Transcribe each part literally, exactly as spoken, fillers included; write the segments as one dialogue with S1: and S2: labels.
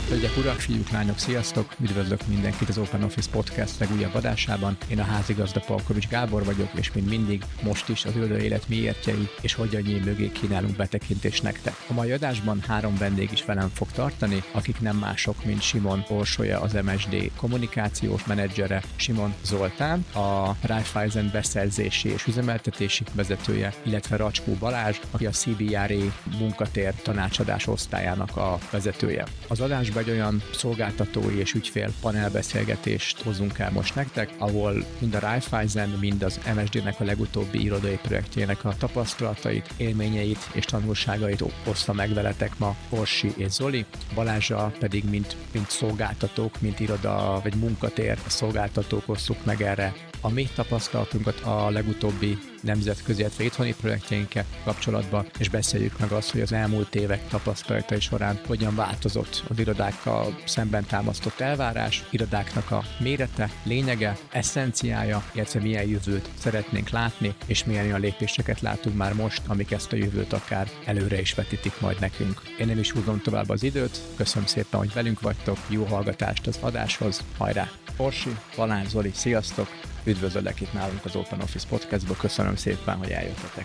S1: Hölgyek, urak, fiúk, lányok, sziasztok! Üdvözlök mindenkit az Open Office Podcast legújabb adásában. Én a házigazda Palkovics Gábor vagyok, és mint mindig most is az irodai élet miértjei és hogyanjé mögé kínálunk betekintést nektek. A mai adásban három vendég is velem fog tartani, akik nem mások, mint Simon Orsolya, az em es dé kommunikációs menedzsere, Simon Zoltán, a Raiffeisen beszerzési és üzemeltetési vezetője, illetve Racskó Balázs, aki a cé bé er á munkatér tanácsadás osztályának a vezetője. Az adásban egy olyan szolgáltatói és ügyfél panelbeszélgetést hozunk el most nektek, ahol mind a Raiffeisen, mind az em es dé-nek a legutóbbi irodai projektjének a tapasztalatait, élményeit és tanulságait oszta meg veletek ma Orsi és Zoli, Balázsa pedig mint, mint szolgáltatók, mint iroda vagy munkatér szolgáltatók osszuk meg erre a mi tapasztalatunkat a legutóbbi nemzetközi, illetve itthoni projektjeinkkel kapcsolatban, és beszéljük meg azt, hogy az elmúlt évek tapasztalatai során hogyan változott az irodákkal szemben támasztott elvárás, irodáknak a mérete, lényege, eszenciája, illetve milyen jövőt szeretnénk látni, és milyen olyan lépéseket látunk már most, amik ezt a jövőt akár előre is vetítik majd nekünk. Én nem is húzom tovább az időt, köszönöm szépen, hogy velünk vagytok, jó hallgatást az adáshoz, hajrá! Orsi, Balázs, Zoli, sziasztok! Üdvözöllek itt nálunk az Open Office Podcastból, köszönöm szépen, hogy eljöttetek.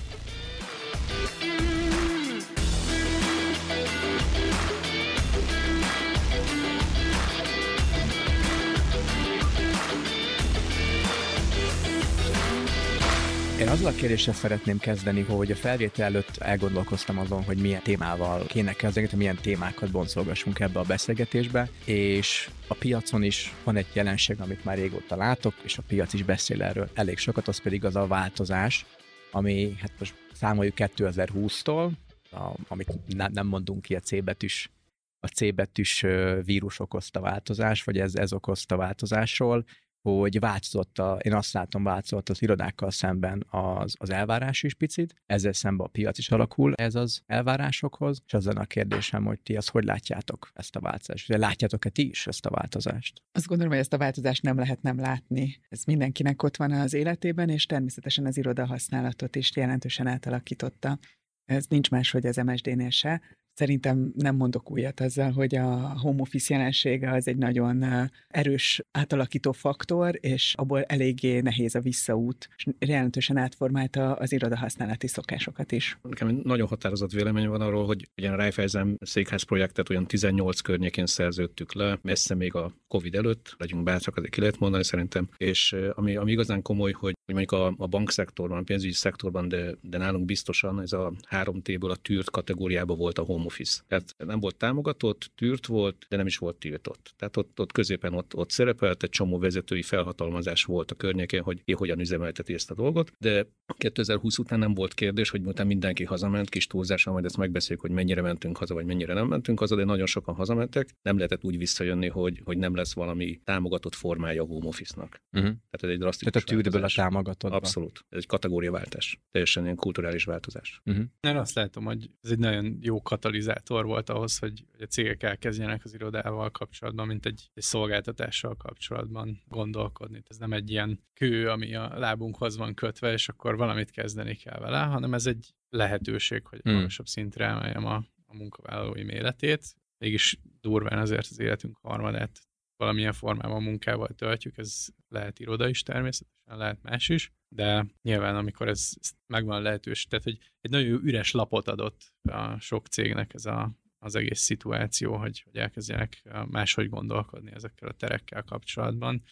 S1: Én azzal a kérdéssel szeretném kezdeni, hogy a felvétel előtt elgondolkoztam azon, hogy milyen témával kéne kezdeni, milyen témákat boncolgassunk ebbe a beszélgetésbe, és a piacon is van egy jelenség, amit már régóta látok, és a piac is beszél erről elég sokat, az pedig az a változás, ami hát most számoljuk kétezer-húsztól, a, amit ne, nem mondunk ki a C betűs, a C betűs vírus okozta változás, vagy ez, ez okozta változásról, hogy változott, a, én azt látom, változott az irodákkal szemben az, az elvárás is picit, ezzel szemben a piac is alakul ez az elvárásokhoz, és azon a kérdésem, hogy ti azt hogy látjátok ezt a változást? Látjátok-e ti is ezt a változást?
S2: Azt gondolom, hogy ezt a változást nem lehet nem látni. Ez mindenkinek ott van az életében, és természetesen az iroda használatot is jelentősen átalakította. Ez nincs máshogy az em es dé-nél se. Szerintem nem mondok újat azzal, hogy a home office jelensége az egy nagyon erős átalakító faktor, és abból eléggé nehéz a visszaút, és jelentősen átformálta az irodahasználati szokásokat is.
S3: Nekem nagyon határozott vélemény van arról, hogy ugyan a Raiffeisen székház projektet olyan tizennyolc környékén szerződtük le, messze még a Covid előtt, legyünk bátrak, azért ki lehet mondani szerintem, és ami, ami igazán komoly, hogy, hogy mondjuk a, a bankszektorban, a pénzügyi szektorban, de, de nálunk biztosan ez a három té-ből a tűrt kategóriában volt a home office. Tehát nem volt támogatott, tűrt volt, de nem is volt tiltott. Tehát ott, ott középen ott, ott szerepelt, egy csomó vezetői felhatalmazás volt a környékén, hogy én hogyan üzemelteti ezt a dolgot, de kétezer-húsz után nem volt kérdés, hogy utána mindenki hazament, kis túlzással, majd ezt megbeszéljük, hogy mennyire mentünk haza, vagy mennyire nem mentünk haza, de nagyon sokan hazamentek. Nem lehetett úgy visszajönni, hogy, hogy nem lesz valami támogatott formája a home office-nak. Uh-huh. Tehát ez egy drasztikus
S1: Tehát a tűrből a támogatott.
S3: Abszolút. Ez egy kategóriaváltás. Teljesen ilyen kulturális változás.
S4: Uh-huh. Én azt látom, hogy ez egy nagyon jó katalizátor volt ahhoz, hogy a cégek elkezdjenek az irodával kapcsolatban, mint egy, egy szolgáltatással kapcsolatban gondolkodni. Ez nem egy ilyen kő, ami a lábunkhoz van kötve, és akkor valamit kezdeni kell vele, hanem ez egy lehetőség, hogy hmm. magasabb szintre emeljem a, a munkavállalói méretét. Mégis durván azért az életünk harmadát valamilyen formában munkával töltjük, ez lehet iroda is természetesen, lehet más is, de nyilván amikor ez, ez megvan a lehetőség, tehát hogy egy nagyon üres lapot adott a sok cégnek ez a, az egész szituáció, hogy, hogy elkezdjenek máshogy gondolkodni ezekkel a terekkel kapcsolatban.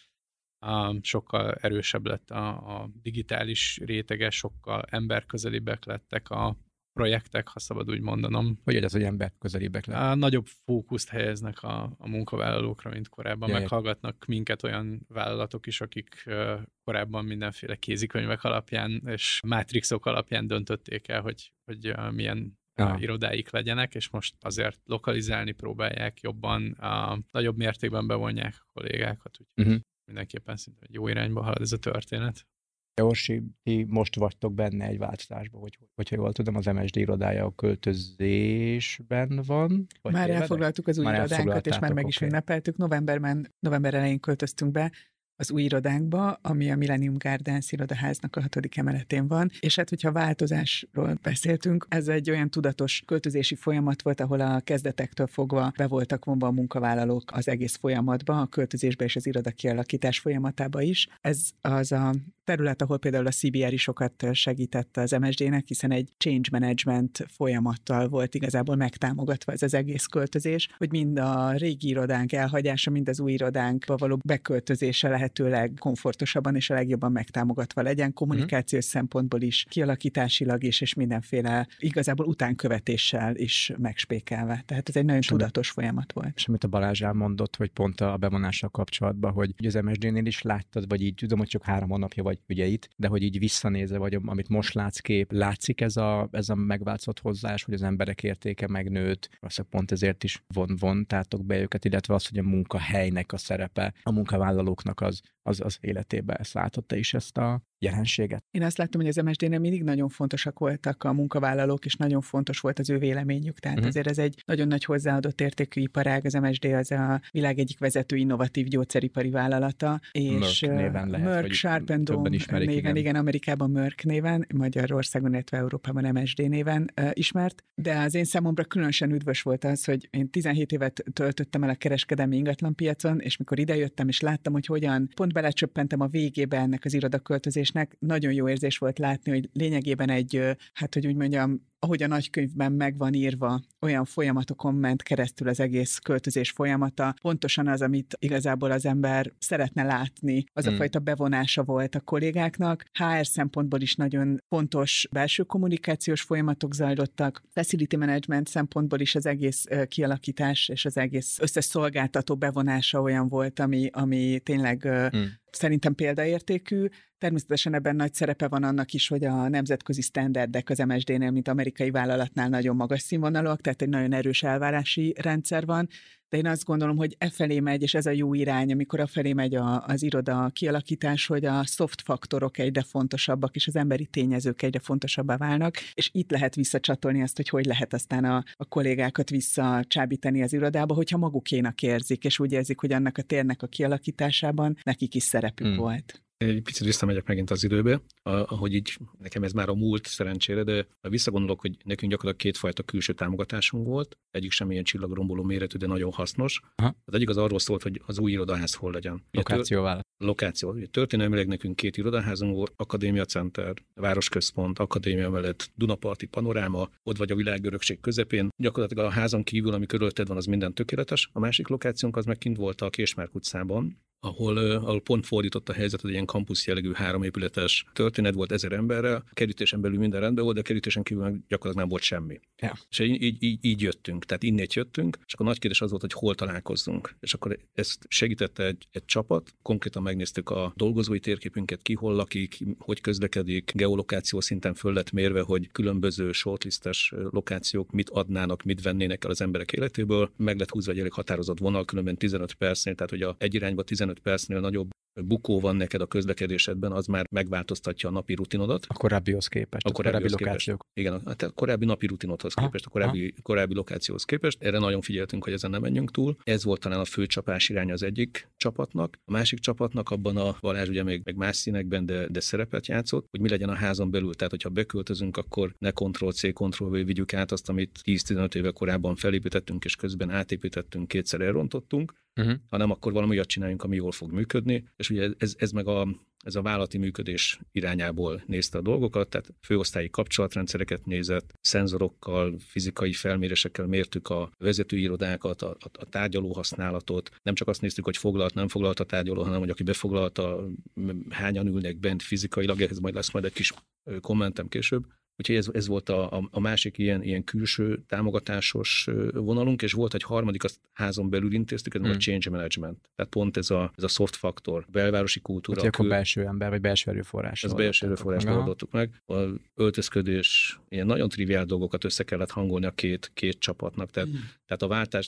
S4: Sokkal erősebb lett a, a digitális rétege, sokkal emberközelibbek lettek a projektek, ha szabad úgy mondanom.
S1: Hogy ez, hogy ember közelibbek lehet?
S4: Nagyobb fókuszt helyeznek a, a munkavállalókra, mint korábban. Jaj. Meghallgatnak minket olyan vállalatok is, akik uh, korábban mindenféle kézikönyvek alapján és mátrixok alapján döntötték el, hogy, hogy uh, milyen uh, irodáik legyenek, és most azért lokalizálni próbálják jobban, uh, nagyobb mértékben bevonják a kollégákat, úgyhogy uh-huh. mindenképpen szinte egy jó irányba halad ez a történet.
S1: Orsi, ti most vagytok benne egy változásban, hogy, hogyha jól tudom, az em es dé irodája a költözésben van.
S2: Már elfoglaltuk az új már irodánkat, és már meg is
S1: okay.
S2: ünnepeltük. Novemberben, november elején költöztünk be. az új irodánkba, ami a Millennium Gardens irodaháznak a hatodik emeletén van, és hát, hogyha változásról beszéltünk, ez egy olyan tudatos költözési folyamat volt, ahol a kezdetektől fogva be voltak vonva a munkavállalók az egész folyamatba, a költözésbe és az iroda kialakítás folyamatába is. Ez az a terület, ahol például a cé bé er is sokat segített az em es dé-nek, hiszen egy change management folyamattal volt igazából megtámogatva ez az egész költözés, hogy mind a régi irodánk elhagyása, mind az új irodánkba való beköltözése lehetőleg komfortosabban és a legjobban megtámogatva legyen, kommunikációs mm. szempontból is, kialakításilag is, és mindenféle igazából utánkövetéssel is megspékelve. Tehát ez egy nagyon
S1: Sem
S2: tudatos folyamat volt.
S1: És amit a Balázs elmondott, hogy pont a bevonással kapcsolatban, hogy az em es dé-nél is láttad, vagy így tudom, hogy csak három hónapja vagy ugye itt, de hogy így visszanézve, vagy amit most látsz kép, látszik ez a, ez a megváltozott hozzáállás, hogy az emberek értéke megnőtt, azt pont ezért is von, vontátok be őket, illetve az, hogy a munkahelynek a szerepe, a munkavállalóknak az, az, az életében. Ezt láttad te is ezt a jelenséget?
S2: Én azt láttam, hogy az em es dé-nél mindig nagyon fontosak voltak a munkavállalók, és nagyon fontos volt az ő véleményük. Tehát uh-huh. azért ez egy nagyon nagy hozzáadott értékű iparág. Az em es dé az a világ egyik vezető innovatív gyógyszeripari vállalata. És
S1: Merck néven lehet,
S2: Merck, Sharp and Dohme néven, igen. igen, Amerikában Merck néven, Magyarországon, illetve Európában em es dé néven uh, ismert. De az én számomra különösen üdvös volt az, hogy én tizenhét évet töltöttem el a kereskedelmi ingatlanpiacon, és mikor idejöttem, és láttam, hogy hogyan pont belecsöppentem a végébe ennek az irodaköltözésnek, nagyon jó érzés volt látni, hogy lényegében egy, hát hogy úgy mondjam, ahogy a nagykönyvben meg van írva, olyan folyamatokon ment keresztül az egész költözés folyamata, pontosan az, amit igazából az ember szeretne látni, az a mm. fajta bevonása volt a kollégáknak. há er szempontból is nagyon fontos belső kommunikációs folyamatok zajlottak, facility management szempontból is az egész kialakítás és az egész összes szolgáltató bevonása olyan volt, ami, ami tényleg mm. szerintem példaértékű. Természetesen ebben nagy szerepe van annak is, hogy a nemzetközi sztenderdek az em es dé-nél, mint amerikai vállalatnál nagyon magas színvonalúak, tehát egy nagyon erős elvárási rendszer van, de én azt gondolom, hogy e felé megy, és ez a jó irány, amikor afelé megy a, az iroda kialakítás, hogy a soft faktorok egyre fontosabbak, és az emberi tényezők egyre fontosabbá válnak, és itt lehet visszacsatolni azt, hogy hogy lehet aztán a, a kollégákat visszacsábítani az irodába, hogyha magukénak érzik, és úgy érzik, hogy annak a térnek a kialakításában nekik is szerepük hmm. volt.
S3: Egy picit visszamegyek megint az időbe, ahogy így nekem ez már a múlt szerencsére, de visszagondolok, hogy nekünk gyakorlatilag kétfajta külső támogatásunk volt, egyik sem ilyen csillagromboló méretű, de nagyon hasznos. Aha. Az egyik az arról szólt, hogy az új irodaház hol legyen.
S1: Lokációval.
S3: Lokáció. Történelmileg nekünk két irodaházunk volt, Akadémia Center, Városközpont, Akadémia mellett Dunaparti panoráma, ott vagy a világörökség közepén. Gyakorlatilag a házon kívül, ami körülötted van, az minden tökéletes. A másik lokációnk az meg kint volt a Késmárk utcában, ahol, ahol pont fordított a helyzet, hogy ilyen kampusz jellegű három épületes történet volt ezer emberrel, a kerítésen belül minden rendben volt, de a kerítésen kívül meg gyakorlatilag nem volt semmi.
S1: Ja.
S3: És így, így, így, így jöttünk, tehát innét jöttünk, és akkor nagy kérdés az volt, hogy hol találkozzunk. És akkor ezt segítette egy, egy csapat, konkrétan megnéztük a dolgozói térképünket, ki hol lakik, hogy közlekedik, geolokáció szinten föl lett mérve, hogy különböző shortlistes lokációk mit adnának, mit vennének el az emberek életéből. Meg lett húzva egy elég határozott vonal, különben tizenöt percnél, tehát hogy a egy irányba tizenöt percnél nagyobb bukó van neked a közlekedésedben, az már megváltoztatja a napi rutinodat.
S1: A korábbihoz képest, a korábbi, korábbi lokációk.
S3: Igen, a, a korábbi napi rutinodhoz aha, képest, a korábbi, korábbi lokációhoz képest. Erre nagyon figyeltünk, hogy ezen nem menjünk túl. Ez volt talán a fő csapás irány az egyik csapatnak. A másik csapatnak abban a Balázs ugye még, még más színekben, de, de szerepet játszott, hogy mi legyen a házon belül. Tehát, hogyha beköltözünk, akkor ne Ctrl-C, Ctrl-V vigyük át azt, amit tíz-tizenöt éve korábban felépítettünk, és közben átépítettünk, kétszer elrontottunk, uh-huh. hanem akkor valami olyat csináljunk, ami jól fog működni. És ugye ez, ez meg a, ez a vállalati működés irányából nézte a dolgokat, tehát főosztályi kapcsolatrendszereket nézett, szenzorokkal, fizikai felmérésekkel mértük a vezetőirodákat, a, a tárgyaló használatot. Nem csak azt néztük, hogy foglalt, nem foglalt a tárgyaló, hanem hogy aki befoglalta, hányan ülnek bent fizikailag, ehhez majd lesz majd egy kis kommentem később. Úgyhogy ez, ez volt a, a, a másik ilyen, ilyen külső támogatásos vonalunk, és volt egy harmadik, azt házon belül intéztük, ez hmm. a change management. Tehát pont ez a, ez a soft faktor, belvárosi kultúra.
S1: Úgyhogy akkor belső ember, vagy belső erőforrás.
S3: Ez belső erőforrásra oldottuk meg. A öltözködés, ilyen nagyon triviál dolgokat össze kellett hangolni a két, két csapatnak. Tehát, hmm. tehát a váltás, tehát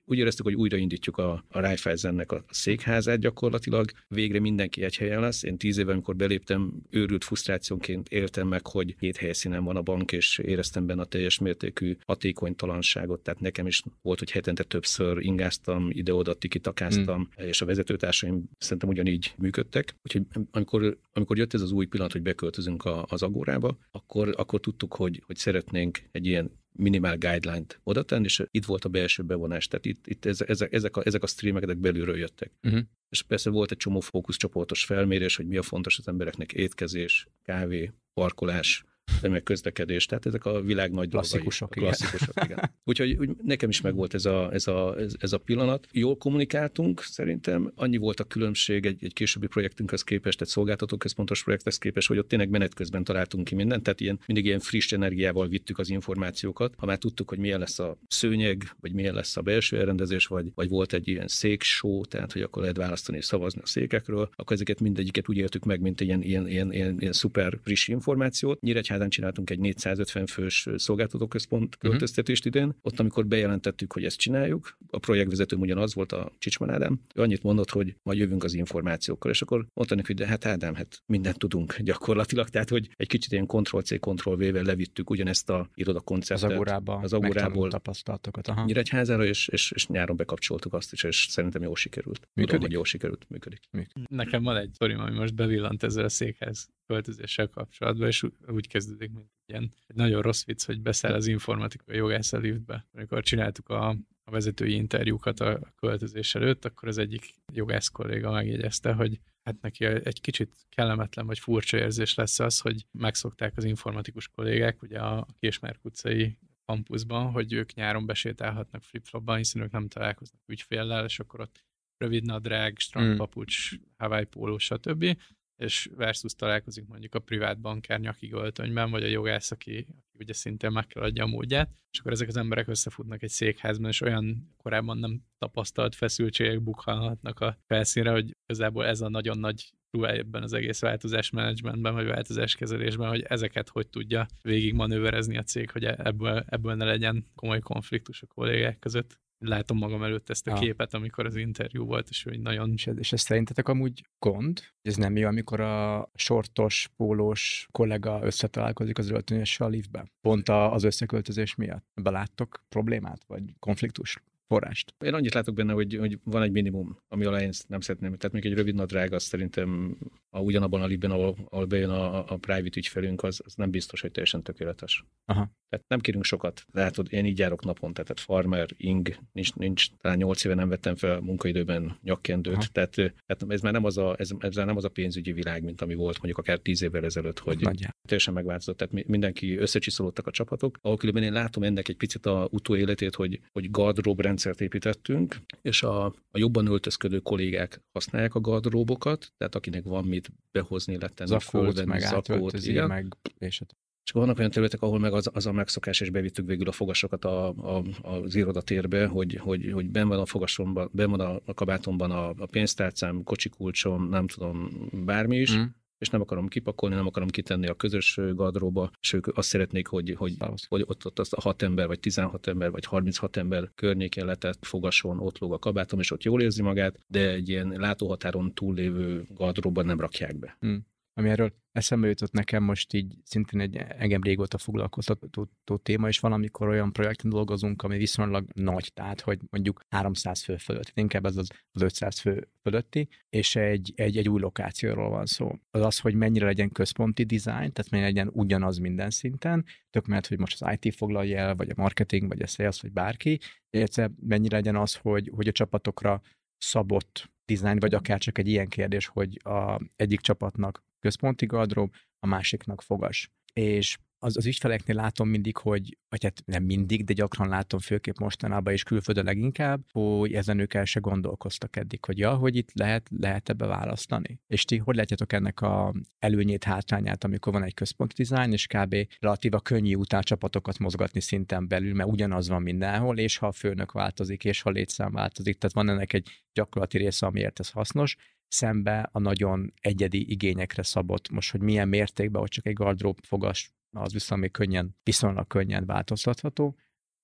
S3: úgy éreztük, hogy újraindítjuk a, a Raiffeisennek a székházát gyakorlatilag, végre mindenki egy helyen lesz. Én tíz éve, amikor beléptem, őrült frusztrációnként éltem meg, hogy két helyszínen van a bank, és éreztem benne a teljes mértékű hatékonytalanságot, tehát nekem is volt, hogy hetente többször ingáztam, ide-oda tikitakáztam, mm. és a vezetőtársaim szerintem ugyanígy működtek. Úgyhogy amikor, amikor jött ez az új pillanat, hogy beköltözünk a, az Agórába, akkor, akkor tudtuk, hogy, hogy szeretnénk egy ilyen minimál guideline-t oda tenni, és itt volt a belső bevonás, tehát itt, itt ezek, ezek, a, ezek a streamek ezek belülről jöttek. Uh-huh. És persze volt egy csomó fókuszcsoportos felmérés, hogy mi a fontos az embereknek: étkezés, kávé, parkolás, meg közlekedés, tehát ezek a világ nagy
S1: klasszikusok,
S3: dolgai. Klasszikusok, igen. igen. Úgyhogy úgy, nekem is megvolt ez a, ez, a, ez, ez a pillanat. Jól kommunikáltunk, szerintem. Annyi volt a különbség egy, egy későbbi projektünkhöz képest, egy szolgáltatóközpontos projekthez képest, hogy ott tényleg menet közben találtunk ki mindent, tehát ilyen, mindig ilyen friss energiával vittük az információkat. Ha már tudtuk, hogy milyen lesz a szőnyeg, vagy milyen lesz a belső elrendezés, vagy, vagy volt egy ilyen székshow, tehát hogy akkor lehet választani és szavazni a székekről, akkor ezeket mindegyiket úgy éltük meg, mint ilyen, ilyen, ilyen, ilyen, ilyen szuper friss információt. Nyíregyházán csináltunk egy négyszázötven fős szolgáltatóközpont költöztetést idén. Ott, amikor bejelentettük, hogy ezt csináljuk, a projektvezetőm ugyanaz volt, a Csicsman Ádám. Ő annyit mondott, hogy majd jövünk az információkkal, és akkor mondta neki, hogy de hát Ádám, hát mindent tudunk gyakorlatilag, tehát hogy egy kicsit ilyen Ctrl-C, Ctrl-V-vel levittük ugyanezt a irodakonceptet
S1: az Agórába,
S3: az Agórából
S1: tapasztalatokat.
S3: Nyíregyházára, és, és, és nyáron bekapcsoltuk azt is, és szerintem jól sikerült.
S1: Működik?
S3: Tudom, hogy jól sikerült, működik.
S4: működik. Nekem van egy sztorim, ami most bevillant ezzel a székház költözéssel kapcsolatban, és úgy kezdődik, mint ilyen egy nagyon rossz vicc, hogy beszáll az informatikai jogász a liftbe. Amikor csináltuk a, a vezetői interjúkat a költözés előtt, akkor az egyik jogász kolléga megjegyezte, hogy hát neki egy kicsit kellemetlen vagy furcsa érzés lesz az, hogy megszokták az informatikus kollégák ugye a Késmárk utcai kampuszban, hogy ők nyáron besétálhatnak flip-flopban, hiszen ők nem találkoznak ügyféllel, és akkor ott rövid nadrág, strandpapucs, Hawaii póló, stb. És versus találkozik mondjuk a privát bankár nyakig öltönyben, vagy a jogász, aki, aki ugye szintén meg kell adja a módját, és akkor ezek az emberek összefutnak egy székházban, és olyan korábban nem tapasztalt feszültségek bukhanhatnak a felszínre, hogy igazából ez a nagyon nagy ruhája ebben az egész változásmenedzsmentben, vagy változáskezelésben, hogy ezeket hogy tudja végig manőverezni a cég, hogy ebből, ebből ne legyen komoly konfliktus a kollégák között. Látom magam előtt ezt a képet, amikor az interjú volt, és hogy nagyon...
S1: És ez, és ez szerintetek amúgy gond? Ez nem jó, amikor a sortos, pólós kollega összetalálkozik az öltönyössel a liftben? Pont az összeköltözés miatt? Beláttok problémát, vagy konfliktus forrást?
S3: Én annyit látok benne, hogy, hogy van egy minimum, ami alá én nem szeretném. Tehát még egy rövid nadrág, az szerintem a, ugyanabban a liftben, ahol, ahol bejön a, a private ügyfelünk, az, az nem biztos, hogy teljesen tökéletes. Aha. Tehát nem kérünk sokat. Látod, én így járok naponta, tehát farmer, ing, nincs, nincs talán nyolc éve nem vettem fel munkaidőben nyakkendőt, tehát, tehát ez már nem az a, ez, ez már nem az a pénzügyi világ, mint ami volt mondjuk akár tíz évvel ezelőtt, hogy
S1: Nagyjá.
S3: teljesen megváltozott, tehát mindenki összecsiszolódtak a csapatok, ahol különben én látom ennek egy picit a utóéletét, hogy, hogy gardrób rendszert építettünk, és a, a jobban öltözködő kollégák használják a gardróbokat, tehát akinek van mit behozni, letenni, fölvenni, zakót, igen.
S1: Meg, és
S3: És vannak olyan területek, ahol meg az, az a megszokás, és bevittük végül a fogasokat a, a, az irodatérbe, hogy, hogy, hogy benn van a fogasomban, benn van a, a kabátomban a, a pénztárcám, kocsikulcsom, nem tudom, bármi is, mm. és nem akarom kipakolni, nem akarom kitenni a közös gardróba, és ők azt szeretnék, hogy, hogy, hogy ott, ott az a hat ember, vagy tizenhat ember, vagy harminchat ember környékén letett fogason, ott lóg a kabátom, és ott jól érzi magát, de egy ilyen látóhatáron túllévő gardróban nem rakják be.
S1: Mm. Ami erről eszembe jutott nekem most így szintén egy engem régóta foglalkoztató téma, és valamikor olyan projekten dolgozunk, ami viszonylag nagy, tehát hogy mondjuk háromszáz fő fölött, inkább ez az, az ötszáz fő fölötti, és egy, egy, egy új lokációról van szó. Az az, hogy mennyire legyen központi design, tehát mennyire legyen ugyanaz minden szinten, tök mert, hogy most az í té foglalja el, vagy a marketing, vagy a sales, vagy bárki, illetve mennyire legyen az, hogy, hogy a csapatokra szabott design, vagy akár csak egy ilyen kérdés, hogy a egyik csapatnak központi gardrób, a másiknak fogas. És az, az ügyfeleknél látom mindig, hogy, vagy hát nem mindig, de gyakran látom főképp mostanában és külföldön leginkább, hogy ezen ők el se gondolkoztak eddig, hogy ja, hogy itt lehet, lehet ebbe választani. És ti hogy látjátok ennek a előnyét, hátrányát, amikor van egy központi design, és kb. Relatíva könnyű után csapatokat mozgatni szinten belül, mert ugyanaz van mindenhol, és ha a főnök változik, és ha a létszám változik, tehát van ennek egy gyakorlati része, amiért ez hasznos, szembe a nagyon egyedi igényekre szabott, most, hogy milyen mértékben, hogy csak egy gardrób fogas, az viszont még könnyen, viszonylag könnyen változtatható,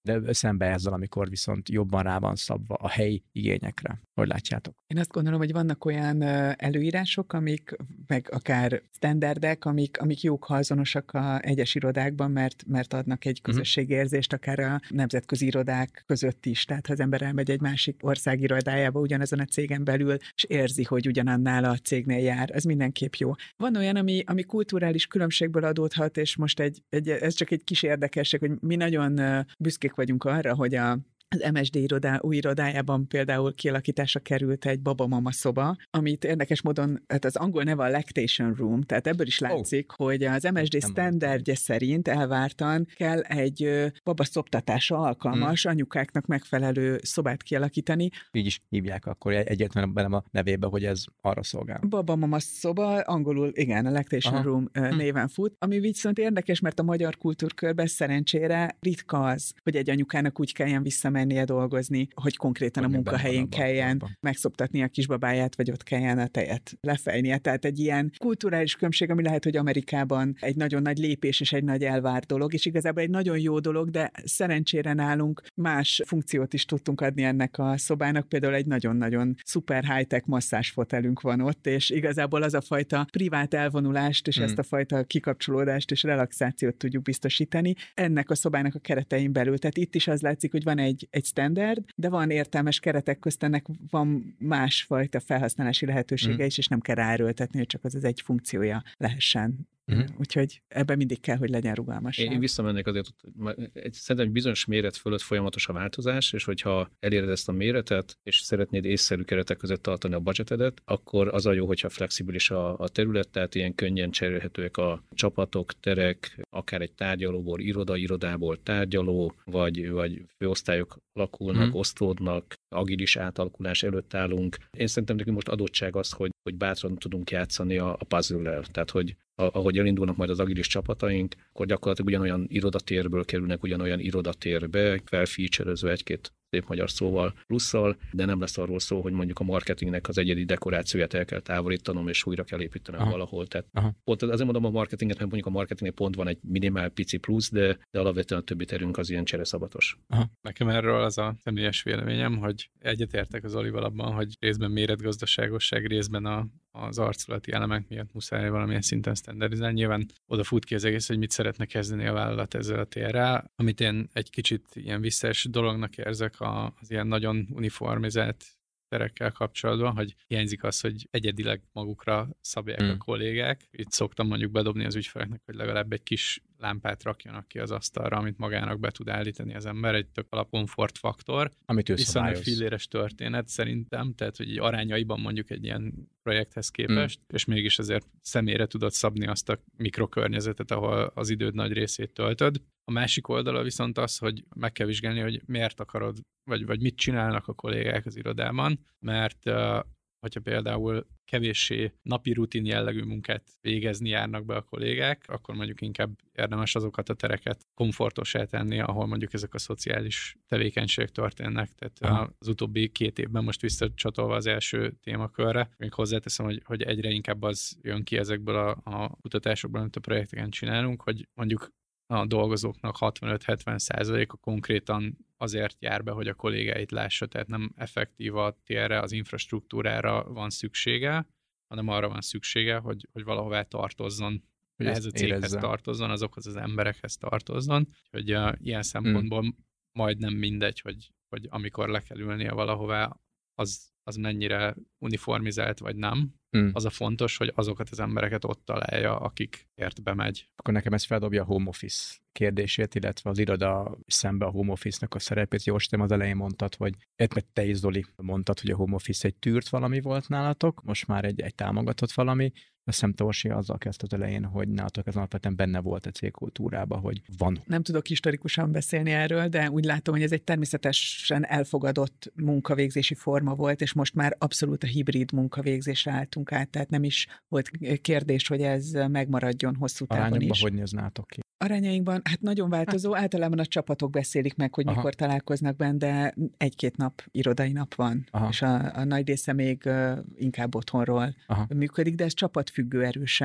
S1: de szembe ezzel, amikor viszont jobban rá van szabva a helyi igényekre. Hogy látjátok?
S2: Én azt gondolom, hogy vannak olyan előírások, amik, meg akár standardek, amik, amik jók, ha azonosak a egyes irodákban, mert, mert adnak egy közösségérzést, akár a nemzetközi irodák között is. Tehát ha az ember elmegy egy másik ország irodájába ugyanazon a cégen belül, és érzi, hogy ugyanannál a cégnél jár, ez mindenképp jó. Van olyan, ami, ami kulturális különbségből adódhat, és most egy, egy, ez csak egy kis érdekesség, hogy mi nagyon büszkék vagyunk arra, hogy a az em es dé irodá, új irodájában például kialakításra került egy babamama szoba, amit érdekes módon, hát az angol neve a lactation room, tehát ebből is látszik, oh. hogy az em es dé standardje szerint elvártan kell egy babaszoptatásra alkalmas, hmm. anyukáknak megfelelő szobát kialakítani.
S1: Így is hívják akkor egyetlen belem a nevébe, hogy ez arra szolgál.
S2: Babamama szoba, angolul igen, a lactation Aha. room hmm. néven fut, ami viszont érdekes, mert a magyar kultúrkörben szerencsére ritka az, hogy egy anyukának úgy kelljen visszamenni mennie dolgozni, hogy konkrétan hogy a munkahelyén kelljen megszoptatni a kisbabáját, vagy ott kelljen a tejet lefejnie. Tehát egy ilyen kulturális különbség, ami lehet, hogy Amerikában egy nagyon nagy lépés és egy nagy elvárt dolog, és igazából egy nagyon jó dolog, de szerencsére nálunk más funkciót is tudtunk adni ennek a szobának, például egy nagyon-nagyon szuper high-tech masszázsfotelünk van ott, és igazából az a fajta privát elvonulást, és hmm. ezt a fajta kikapcsolódást és relaxációt tudjuk biztosítani ennek a szobának a keretein belül. Tehát itt is az látszik, hogy van egy egy standard, de van értelmes keretek közt, ennek van másfajta felhasználási lehetősége mm. is, és nem kell ráerőltetni, hogy csak az az egy funkciója lehessen. Mm. Úgyhogy ebben mindig kell, hogy legyen rugalmasság.
S3: Én visszamennék azért, egy, szerintem egy bizonyos méret fölött folyamatos a változás, és hogyha eléred ezt a méretet, és szeretnéd észszerű keretek között tartani a budgetedet, akkor az a jó, hogyha flexibilis a, a terület, tehát ilyen könnyen cserélhetőek a csapatok, terek, akár egy tárgyalóból, iroda, irodából tárgyaló, vagy, vagy főosztályok alakulnak, mm. osztódnak, agilis átalakulás előtt állunk. Én szerintem nekünk most adottság az, hogy, hogy bátran tudunk játszani a, a puzzle-lel, tehát hogy ahogy elindulnak majd az agilis csapataink, akkor gyakorlatilag ugyanolyan irodatérből kerülnek ugyanolyan irodatérbe, felfeature-özve egy-két szép magyar szóval, plusszal, de nem lesz arról szó, hogy mondjuk a marketingnek az egyedi dekorációját el kell távolítanom, és újra kell építenem Aha. valahol. Tehát pont azért mondom a marketinget, mert mondjuk a marketingnél pont van egy minimál pici plusz, de, de alapvetően a többi terünk az ilyen csereszabatos.
S4: Aha. Nekem erről az a személyes véleményem, hogy egyetértek az Olival abban, hogy részben méretgazdaságosság, részben a, az arculati elemek miatt muszáj valamilyen szinten standardizálni. Nyilván oda fut ki az egész, hogy mit szeretne kezdeni a vállalat ezzel a térrel, amit én egy kicsit ilyen visszás dolognak érzek az ilyen nagyon uniformizált terekkel kapcsolatban, hogy hiányzik az, hogy egyedileg magukra szabják hmm. a kollégák. Itt szoktam mondjuk bedobni az ügyfeleknek, hogy legalább egy kis lámpát rakjanak ki az asztalra, amit magának be tud állítani az ember, egy tök alap komfortfaktor.
S1: Amit ő
S4: viszonylag filléres történet szerintem, tehát hogy így arányaiban mondjuk egy ilyen projekthez képest, mm. és mégis azért személyre tudod szabni azt a mikrokörnyezetet, ahol az időd nagy részét töltöd. A másik oldala viszont az, hogy meg kell vizsgálni, hogy miért akarod, vagy, vagy mit csinálnak a kollégák az irodában, mert uh, hogyha például kevéssé napi rutin jellegű munkát végezni járnak be a kollégák, akkor mondjuk inkább érdemes azokat a tereket komfortosá tenni, ahol mondjuk ezek a szociális tevékenységek történnek. Tehát Aha. az utóbbi két évben most visszacsatolva az első témakörre, még hozzáteszem, hogy, hogy egyre inkább az jön ki ezekből a, a kutatásokból, amit a projekteken csinálunk, hogy mondjuk a dolgozóknak hatvanöt-hetven százaléka konkrétan azért jár be, hogy a kollégáit lássa, tehát nem effektív a térre, az infrastruktúrára van szüksége, hanem arra van szüksége, hogy, hogy valahová tartozzon, hogy ehhez a céghez érezze. tartozzon, azokhoz az emberekhez tartozzon, hogy uh, ilyen szempontból hmm. majdnem mindegy, hogy, hogy amikor le kell ülnie valahová, az, az mennyire uniformizált vagy nem. Hmm. Az a fontos, hogy azokat az embereket ott találja, akikért bemegy.
S1: Akkor nekem ez feldobja a home office kérdését, illetve az iroda szembe a home office-nak a szerepét. Jóstem, az elején mondtad, hogy te is, Zoli, mondtad, hogy a home office egy tűrt valami volt nálatok, most már egy, egy támogatott valami. Azt hiszem, Torsi azzal kezdte az elején, hogy nálatok ez alapvetően benne volt a cégkultúrában, hogy van.
S2: Nem tudok historikusan beszélni erről, de úgy látom, hogy ez egy természetesen elfogadott munkavégzési forma volt, és most már abszolút a hibrid munkavégzésre álltunk át, tehát nem is volt kérdés, hogy ez megmaradjon hosszú távon
S1: Arányokban
S2: is.
S1: hogy néznátok ki?
S2: Arányainkban, hát nagyon változó, hát. Általában a csapatok beszélik meg, hogy Aha. mikor találkoznak benne, de egy-két nap irodai nap van, Aha. és a, a nagy része még uh, inkább otthonról Aha. működik, de ez csapatfüggő erősen,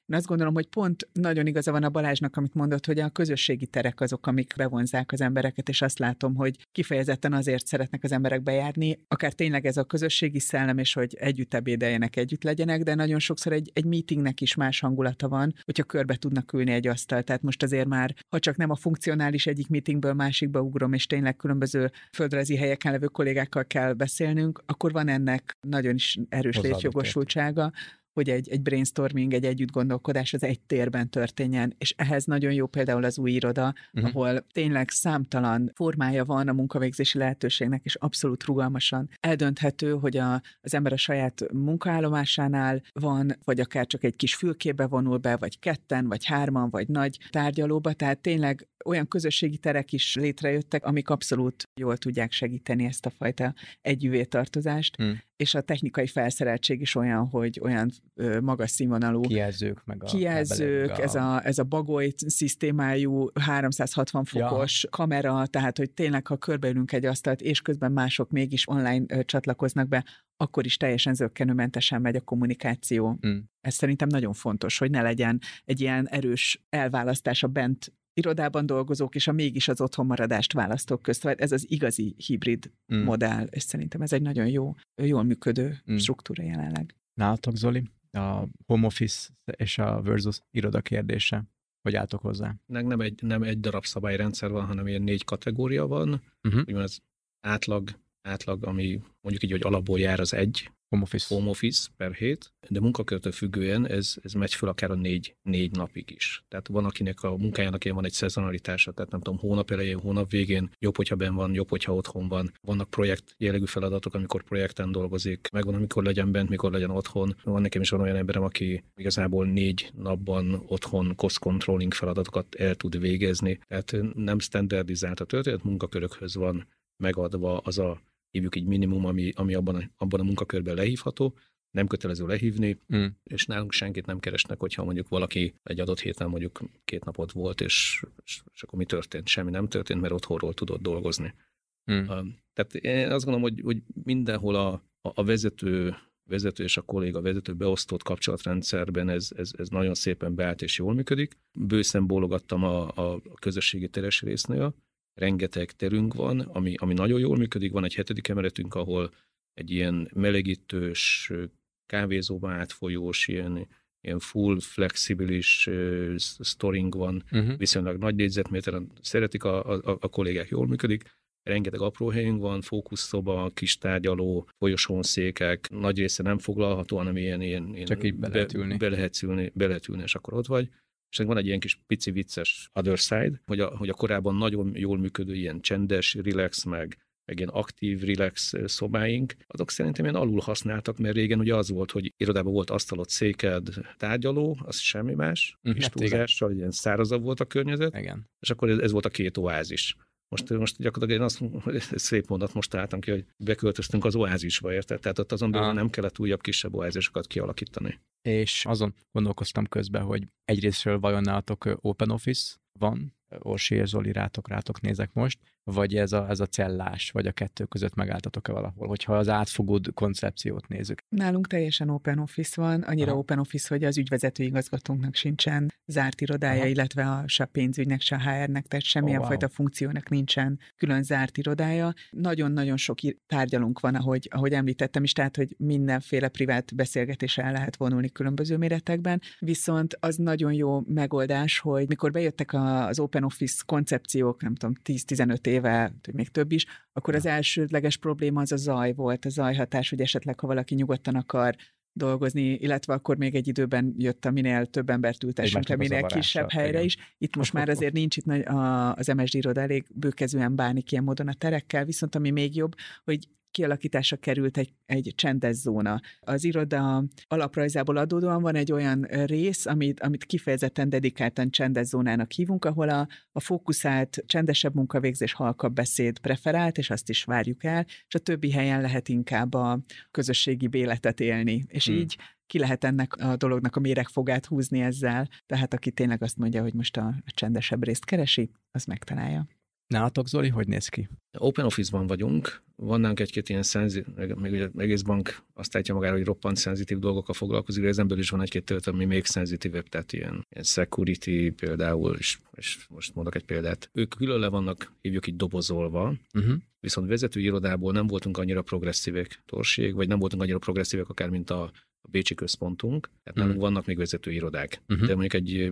S2: Én azt gondolom, hogy pont nagyon igaza van a Balázsnak, amit mondott, hogy a közösségi terek azok, amik bevonzák az embereket, és azt látom, hogy kifejezetten azért szeretnek az emberek bejárni, akár tényleg ez a közösségi szellem, és hogy együtt ebédeljenek, együtt legyenek, de nagyon sokszor egy, egy meetingnek is más hangulata van, hogyha körbe tudnak ülni egy asztal. Tehát most azért már, ha csak nem a funkcionális egyik meetingből másikba ugrom, és tényleg különböző földrajzi helyeken levő kollégákkal kell beszélnünk, akkor van ennek nagyon is erős létjogosultsága, hogy egy, egy brainstorming, egy együttgondolkodás az egy térben történjen, és ehhez nagyon jó például az új iroda, uh-huh. ahol tényleg számtalan formája van a munkavégzési lehetőségnek, és abszolút rugalmasan eldönthető, hogy a, az ember a saját munkaállomásánál van, vagy akár csak egy kis fülkébe vonul be, vagy ketten, vagy hárman, vagy nagy tárgyalóba, tehát tényleg olyan közösségi terek is létrejöttek, amik abszolút jól tudják segíteni ezt a fajta együvé tartozást, hmm. és a technikai felszereltség is olyan, hogy olyan ö, magas színvonalú
S1: kijelzők, meg a
S2: kijelzők, a... Ez, a, ez a bagoly szisztémájú háromszázhatvan fokos ja. kamera, tehát hogy tényleg, ha körbeülünk egy asztalt, és közben mások mégis online ö, csatlakoznak be, akkor is teljesen zökkenőmentesen megy a kommunikáció. Hmm. Ez szerintem nagyon fontos, hogy ne legyen egy ilyen erős elválasztás a bent irodában dolgozók és a mégis az otthonmaradást választók közt. Ez az igazi hibrid mm. modell, és szerintem ez egy nagyon jó, jól működő mm. struktúra jelenleg.
S1: Nálatok, Zoli, a home office és a versus iroda kérdése, hogy álltok hozzá?
S3: Nem egy, nem egy darab szabályrendszer van, hanem ilyen négy kategória van. Uh-huh. Úgymond az átlag, átlag, ami mondjuk így, hogy alapból jár az egy
S1: home office,
S3: home office per hét, de munkakörtől függően ez, ez megy föl akár a négy, négy napig is. Tehát van, akinek a munkájának ilyen van egy szezonalitása, tehát nem tudom, hónap elején, hónap végén, jobb, hogyha benn van, jobb, hogyha otthon van. Vannak projekt jellegű feladatok, amikor projekten dolgozik, megvan, amikor legyen bent, mikor legyen otthon. Van nekem is van olyan emberem, aki igazából négy napban otthon cost controlling feladatokat el tud végezni. Tehát nem standardizált a történet, munkakörökhöz van megadva az a hívjuk így minimum, ami, ami abban, a, abban a munkakörben lehívható, nem kötelező lehívni, mm. és nálunk senkit nem keresnek, hogyha mondjuk valaki egy adott héten mondjuk két napot volt, és, és, és akkor mi történt? Semmi nem történt, mert otthonról tudott dolgozni. Mm. Uh, tehát én azt gondolom, hogy, hogy mindenhol a, a, a vezető, vezető és a kolléga vezető beosztott kapcsolatrendszerben ez, ez, ez nagyon szépen beállt és jól működik. Bőszen bólogattam a, a közösségi teres résznél, rengeteg terünk van, ami, ami nagyon jól működik. Van egy hetedik emeletünk, ahol egy ilyen melegítős, kávézóba átfolyós, ilyen, ilyen full flexibilis uh, storing van, uh-huh. viszonylag nagy négyzetméteren szeretik a, a, a kollégák, jól működik. Rengeteg apró helyünk van, fókuszszoba, kis tárgyaló, folyosónszékek, nagy része nem foglalható, hanem ilyen, ilyen, ilyen
S1: csak így be lehet ülni.
S3: Be, be, lehet ülni, be lehet ülni, és akkor ott vagy. És van egy ilyen kis pici vicces other side, hogy a, hogy a korábban nagyon jól működő ilyen csendes, relax, meg, meg ilyen aktív, relax szobáink, azok szerintem ilyen alul használtak, mert régen ugye az volt, hogy irodában volt asztalod, széked, tárgyaló, az semmi más, mm, kis túlzással, ilyen szárazabb volt a környezet,
S1: igen.
S3: És akkor ez, ez volt a két oázis. Most, most gyakorlatilag én azt szép mondat most találtam ki, hogy beköltöztünk az oázisba, érted? Tehát ott azon belül nem kellett újabb, kisebb oázisokat kialakítani.
S1: És azon gondolkoztam közben, hogy egyrésztről vajon nálatok Open Office van, Orsi és Zoli, rátok, rátok nézek most, vagy ez a, ez a cellás, vagy a kettő között megálltatok-e valahol, hogyha az átfogó koncepciót nézzük?
S2: Nálunk teljesen Open Office van, annyira Aha. Open Office, hogy az ügyvezető igazgatónknak sincsen zárt irodája, Aha. illetve a, se a pénzügynek, se a há er-nek, tehát semmilyen oh, wow. fajta funkciónak nincsen külön zárt irodája. Nagyon-nagyon sok tárgyalunk van, ahogy, ahogy említettem is, tehát, hogy mindenféle privát beszélgetésre el lehet vonulni különböző méretekben, viszont az nagyon jó megoldás, hogy mikor bejöttek az Open Office koncepciók, nem tudom, tíz-tizenöt éve, hogy még több is, akkor az elsődleges probléma az a zaj volt, a zajhatás, hogy esetleg, ha valaki nyugodtan akar dolgozni, illetve akkor még egy időben jött a minél több embert ültessünk le, minél kisebb helyre igen. is. Itt most már azért nincs itt az em es dé iroda elég bőkezűen bánik ilyen módon a terekkel, viszont ami még jobb, hogy kialakításra került egy, egy csendes zóna. Az iroda alaprajzából adódóan van egy olyan rész, amit, amit kifejezetten dedikáltan csendes zónának hívunk, ahol a, a fókuszált, csendesebb munkavégzés, halkabb beszéd preferált, és azt is várjuk el, és a többi helyen lehet inkább a közösségi béletet élni. És hmm. így ki lehet ennek a dolognak a méregfogát húzni ezzel, tehát aki tényleg azt mondja, hogy most a, a csendesebb részt keresi, az megtalálja.
S1: Nálatok, Zoli, hogy néz ki?
S3: Open Office-ban vagyunk, van nálunk egy-két ilyen szenzitív, meg, meg ugye egész bank azt állítja magára, hogy roppant szenzitív dolgokkal foglalkozik, de ezen belül is van egy-két terület, ami még szenzitívebb, tehát ilyen, ilyen security például, és, és most mondok egy példát. Ők külön le vannak, hívjuk így dobozolva, uh-huh. viszont vezetői irodából nem voltunk annyira progresszívek torség, vagy nem voltunk annyira progresszívek akár, mint a a bécsi központunk, tehát nálunk uh-huh. vannak még vezetői irodák. Uh-huh. De mondjuk egy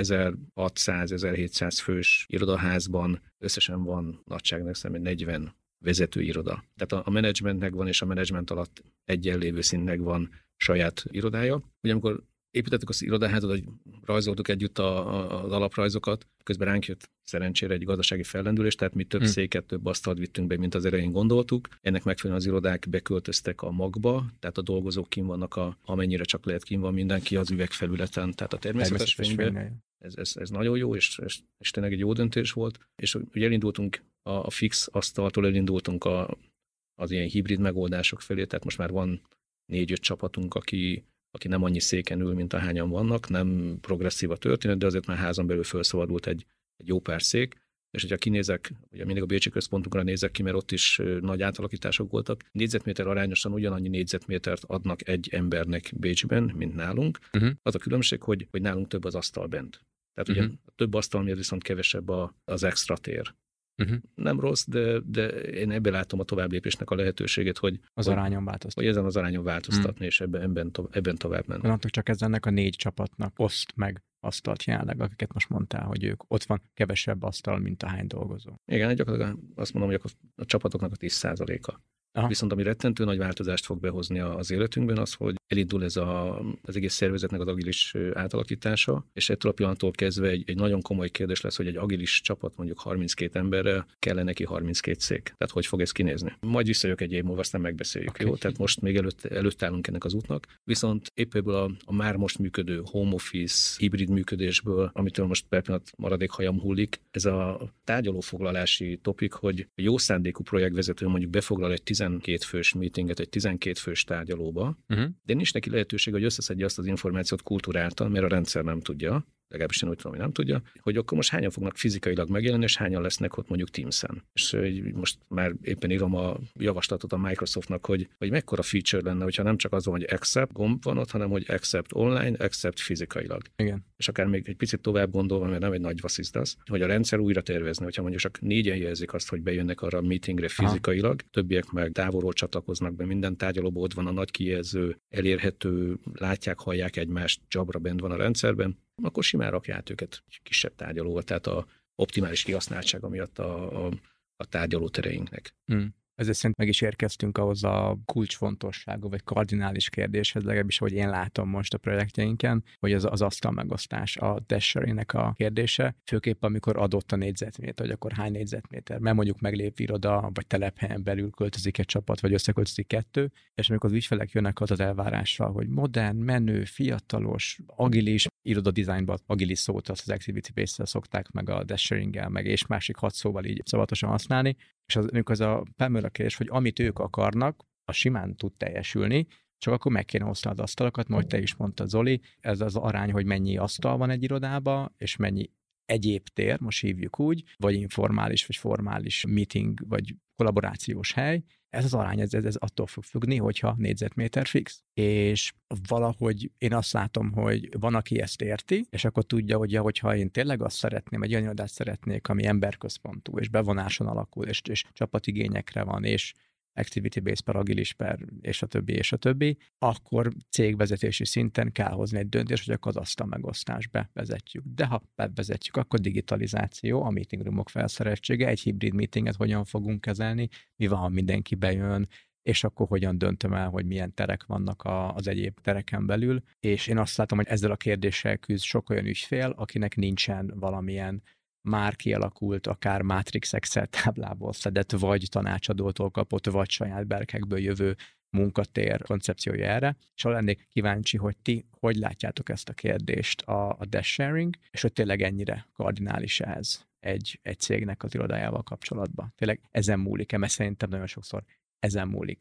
S3: ezerhatszáz-ezerhétszáz fős irodaházban összesen van nagyságnak szerintem negyven vezetői iroda. Tehát a, a menedzsmentnek van, és a menedzsment alatt egyenlévő szintnek van saját irodája. Ugye amikor építettük az irodaházat, hogy rajzoltuk együtt a, a, az alaprajzokat, közben ránk jött szerencsére egy gazdasági fellendülés, tehát mi több hmm. széket, több asztalt vittünk be, mint az elején gondoltuk. Ennek megfelelően az irodák beköltöztek a magba, tehát a dolgozók kint vannak, a, amennyire csak lehet kint van mindenki az üvegfelületen, tehát a természetes fényben. Ez, ez, ez nagyon jó, és, és, és tényleg egy jó döntés volt. És ugye elindultunk a, a fix asztaltól, elindultunk a, az ilyen hibrid megoldások felé, tehát most már van négy-öt csapatunk, aki aki nem annyi széken ül, mint ahányan vannak, nem progresszív a történet, de azért már házon belül felszabadult egy, egy jó pár szék. És hogyha kinézek, ugye mindig a bécsi központunkra nézek ki, mert ott is nagy átalakítások voltak, négyzetméter arányosan ugyanannyi négyzetmétert adnak egy embernek Bécsben, mint nálunk. Uh-huh. Az a különbség, hogy, hogy nálunk több az asztal bent. Tehát uh-huh. ugye a több asztal miatt viszont kevesebb a, az extra tér. Uh-huh. Nem rossz, de, de én ebben látom a továbblépésnek a lehetőséget, hogy
S1: az
S3: hogy,
S1: arányon változtatni.
S3: Hogy ezen az arányon változtatni, uh-huh. és ebben, ebben, to, ebben tovább menni.
S1: Gondoltok csak ez ennek a négy csapatnak oszt meg asztalt jelenleg, akiket most mondtál, hogy ők ott van kevesebb asztal, mint a hány dolgozó.
S3: Igen, gyakorlatilag azt mondom, hogy a, a csapatoknak a tíz százaléka. Aha. Viszont ami rettentő nagy változást fog behozni az életünkben az, hogy elindul ez a, az egész szervezetnek az agilis átalakítása, és ettől a pillanattól kezdve egy, egy nagyon komoly kérdés lesz, hogy egy agilis csapat mondjuk harminckét emberrel kell neki harminckét szék. Tehát hogy fog ez kinézni? Majd visszajövök egy év múlva, aztán megbeszéljük, okay. Jó? Tehát most még előtt, előtt állunk ennek az útnak. Viszont épp ebből a, a már most működő home office, hibrid működésből, amitől most per pillanat maradék hajam hullik, ez a tárgyalófoglalási topik, hogy jó szándékú projektvezető mondjuk befoglal egy tizenkét fős meetinget egy tizenkét fős tárgyalóba, uh-huh. de nincs neki lehetőség, hogy összeszedje azt az információt kultúráltan, mert a rendszer nem tudja, legalábbis én úgy tudom, hogy nem tudja, hogy akkor most hányan fognak fizikailag megjelenni, és hányan lesznek ott mondjuk Teams-en. És most már éppen írom a javaslatot a Microsoftnak, hogy, hogy mekkora feature lenne, hogyha nem csak az van, hogy accept gomb van ott, hanem hogy accept online, accept fizikailag.
S1: Igen.
S3: És akár még egy picit tovább gondolva, mert nem egy nagy vasszizd az, hogy a rendszer újra tervezni, hogyha mondjuk csak négyen jelzik azt, hogy bejönnek arra a meetingre fizikailag, aha. többiek meg távolról csatlakoznak be, minden tárgyalóban ott van a nagy kijelző, elérhető, látják, hallják egymást, jobra bent van a rendszerben, akkor simán rakja át őket kisebb tárgyalóval, tehát a optimális kihasználtsága miatt a, a, a tárgyalótereinknek.
S1: Hmm. Ezért szerintem meg is érkeztünk ahhoz a kulcsfontosságú, vagy kardinális kérdéshez, legalábbis, hogy én látom most a projektjeinken, hogy az, az asztal megosztás, a dash-sharing-nek a kérdése, főképp amikor adott a négyzetméter, hogy akkor hány négyzetméter, mert mondjuk meglép iroda, vagy telephelyen belül költözik egy csapat, vagy összeköltözik kettő, és amikor az ügyfelek jönnek az az elvárással, hogy modern, menő, fiatalos, agilis, irodadizájnban agilis szót azt az activity-based-szel szokták meg a dash-sharing-el, meg és másik hat szóval így szabatosan használni, és az, az a felmerül a kérdés, hogy amit ők akarnak, az simán tud teljesülni, csak akkor meg kéne osztani az asztalokat, majd te is mondtad, Zoli, ez az arány, hogy mennyi asztal van egy irodába, és mennyi egyéb tér, most hívjuk úgy, vagy informális, vagy formális meeting, vagy kollaborációs hely, ez az arány, ez, ez attól fog függni, hogyha négyzetméter fix. És valahogy én azt látom, hogy van, aki ezt érti, és akkor tudja, hogy ja, hogyha én tényleg azt szeretném, egy olyan irodát szeretnék, ami emberközpontú, és bevonáson alakul, és, és csapatigényekre van, és activity-based per agilis per, és a többi, és a többi, akkor cégvezetési szinten kell hozni egy döntést, hogy akkor az asztal megosztásba vezetjük. De ha bevezetjük, akkor digitalizáció, a meeting roomok felszereltsége, egy hibrid meetinget hogyan fogunk kezelni, mi van, ha mindenki bejön, és akkor hogyan döntöm el, hogy milyen terek vannak a, az egyéb tereken belül. És én azt látom, hogy ezzel a kérdéssel küzd sok olyan ügyfél, akinek nincsen valamilyen már kialakult, akár Matrix Excel táblából szedett, vagy tanácsadótól kapott, vagy saját berkekből jövő munkatér koncepciója erre. És ha lennék kíváncsi, hogy ti hogy látjátok ezt a kérdést a, a dash sharing, és hogy tényleg ennyire kardinális ez egy, egy cégnek az irodájával kapcsolatban. Tényleg ezen múlik-e, mert szerintem nagyon sokszor ezen múlik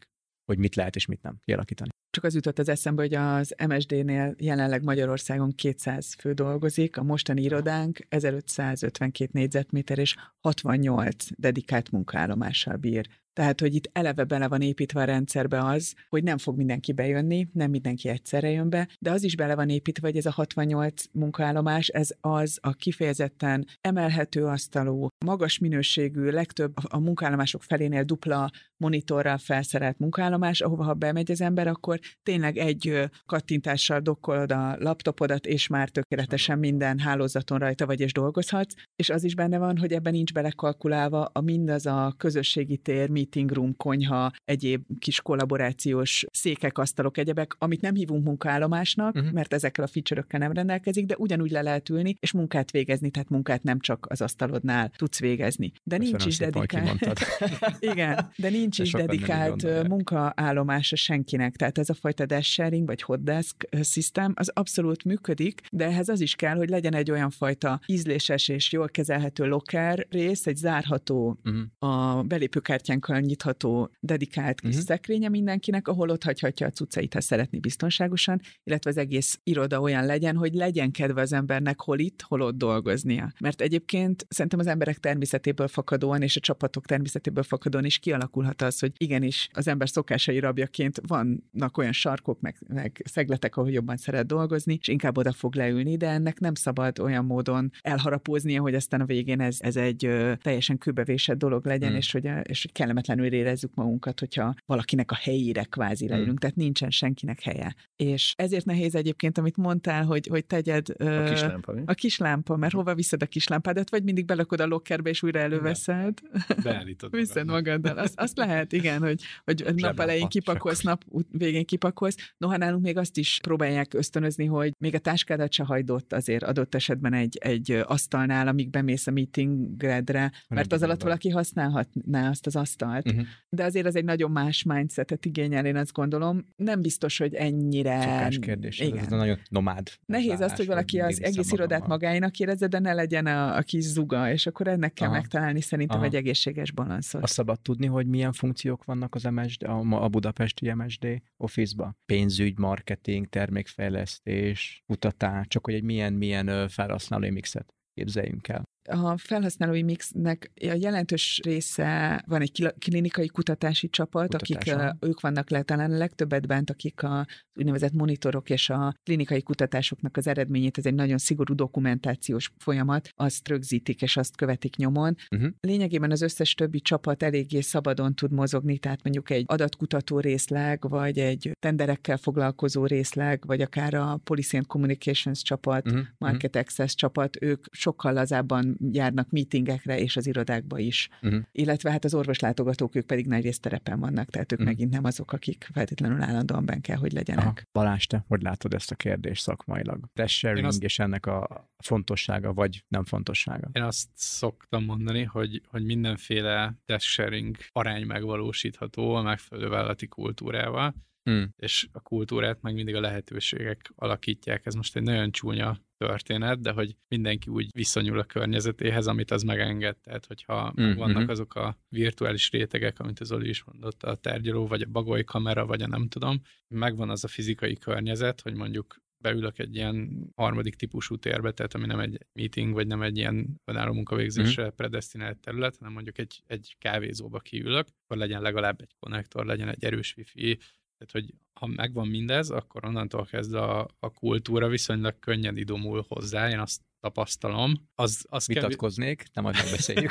S1: hogy mit lehet és mit nem kialakítani.
S2: Csak az jutott az eszembe, hogy az em es dé-nél jelenleg Magyarországon kétszáz fő dolgozik, a mostani irodánk ezerötszázötvenkét négyzetméter és hatvannyolc dedikált munkaállomással bír. Tehát, hogy itt eleve bele van építve a rendszerbe az, hogy nem fog mindenki bejönni, nem mindenki egyszerre jön be, de az is bele van építve, hogy ez a hatvannyolc munkaállomás, ez az a kifejezetten emelhető asztalú, magas minőségű, legtöbb a munkaállomások felénél dupla monitorral felszerelt munkaállomás, ahova ha bemegy az ember, akkor tényleg egy kattintással dokkolod a laptopodat, és már tökéletesen minden hálózaton rajta vagy, és dolgozhatsz, és az is benne van, hogy ebben nincs belekalkulálva a mindaz a közösségi tér, meeting room, konyha, egyéb kis kollaborációs székek, asztalok, egyebek, amit nem hívunk munkaállomásnak, uh-huh. mert ezekkel a feature-ökkel nem rendelkezik, de ugyanúgy le lehet ülni, és munkát végezni, tehát munkát nem csak az asztalodnál tudsz végezni. De
S1: Köszönöm
S2: nincs is dedikált. Igen, de nincs is dedikált munkaállomása senkinek. Tehát ez a fajta desk sharing, vagy hot desk system, az abszolút működik, de ehhez az is kell, hogy legyen egy olyan fajta ízléses és jól kezelhető locker rész, egy zárható, uh-huh. a belépőkártyánkkal nyitható, dedikált kis uh-huh. szekrénye mindenkinek, ahol ott hagyhatja a cuccait, ha szeretné biztonságosan, illetve az egész iroda olyan legyen, hogy legyen kedve az embernek hol itt, hol ott dolgoznia. Mert egyébként szerintem az emberek természetéből fakadóan és a csapatok természetéből fakadóan is kialakulhat az, hogy igenis az ember szokásai rabjaként vannak olyan sarkok, meg, meg szegletek, ahol jobban szeret dolgozni, és inkább oda fog leülni, de ennek nem szabad olyan módon elharapóznia, hogy aztán a végén ez, ez egy ö, teljesen kőbevésett dolog legyen, hmm. és, hogy, és hogy kellemetlenül érezzük magunkat, hogyha valakinek a helyére kvázi leülünk, hmm. tehát nincsen senkinek helye. És ezért nehéz egyébként, amit mondtál, hogy, hogy tegyed ö,
S3: a kislámpa,
S2: a kislámpa, mert hova viszed a kislámpádat, vagy mindig belakod a lockerbe, és újra előveszed.
S4: Beállítod
S2: Viszed magaddal. Azt, azt lehet, igen, hogy, hogy nap elején kipakolsz, nap végén kipakolsz. Noha nálunk még azt is próbálják ösztönözni, hogy még a táskádat se hagyd ott azért adott esetben egy, egy asztalnál, amíg bemész a meetingredre, mert az alatt valaki használhatná azt az asztalt. Uh-huh. De azért az egy nagyon más mindsetet igényel, én azt gondolom. Nem biztos, hogy ennyire...
S1: Szokás kérdés. Igen. Ez nagyon nomád.
S2: Nehéz azt, hogy valaki az egész irodát magáinak érezze, de ne legyen a, a kis zuga, és akkor ennek kell Aha. megtalálni szerintem Aha. egy egészséges balanszot.
S1: Azt szabad tudni, hogy milyen funkciók vannak az em es dé, a, a budapesti em es dé Office-ba? Pénzügy, marketing, termékfejlesztés, kutatás, csak hogy egy milyen, milyen felhasználói mixet képzeljünk el.
S2: A felhasználói mixnek a jelentős része van egy klinikai kutatási csapat, Kutatása. akik ők vannak le talán a legtöbbet bent, akik a úgynevezett monitorok és a klinikai kutatásoknak az eredményét, ez egy nagyon szigorú dokumentációs folyamat, azt rögzítik és azt követik nyomon. Uh-huh. Lényegében az összes többi csapat eléggé szabadon tud mozogni, tehát mondjuk egy adatkutató részleg, vagy egy tenderekkel foglalkozó részleg, vagy akár a Policy and Communications csapat, uh-huh. Market Access csapat, ők sokkal lazábban járnak meetingekre és az irodákba is. Uh-huh. Illetve hát az orvoslátogatók, ők pedig nagy részt terepen vannak, tehát ők uh-huh. megint nem azok, akik feltétlenül állandóan benn kell, hogy legyenek. Aha.
S1: Balázs, te hogy látod ezt a kérdést szakmailag? Test sharing azt... és ennek a fontossága, vagy nem fontossága?
S4: Én azt szoktam mondani, hogy, hogy mindenféle test sharing arány megvalósítható a megfelelő vállalati kultúrával, hmm. és a kultúrát meg mindig a lehetőségek alakítják. Ez most egy nagyon csúnya történet, de hogy mindenki úgy viszonyul a környezetéhez, amit az megenged. Tehát, hogyha mm-hmm. vannak azok a virtuális rétegek, amit az Oli is mondott, a tárgyaló, vagy a bagoly kamera, vagy a nem tudom, megvan az a fizikai környezet, hogy mondjuk beülök egy ilyen harmadik típusú térbe, tehát ami nem egy meeting, vagy nem egy ilyen önálló munkavégzésre mm-hmm. predesztinált terület, hanem mondjuk egy, egy kávézóba kiülök, akkor legyen legalább egy konnektor, legyen egy erős wifi, tehát, hogy ha megvan mindez, akkor onnantól kezdve a, a kultúra viszonylag könnyen idomul hozzá, én azt tapasztalom. Az, az
S1: Vitatkoznék, kell... nem majd megbeszéljük.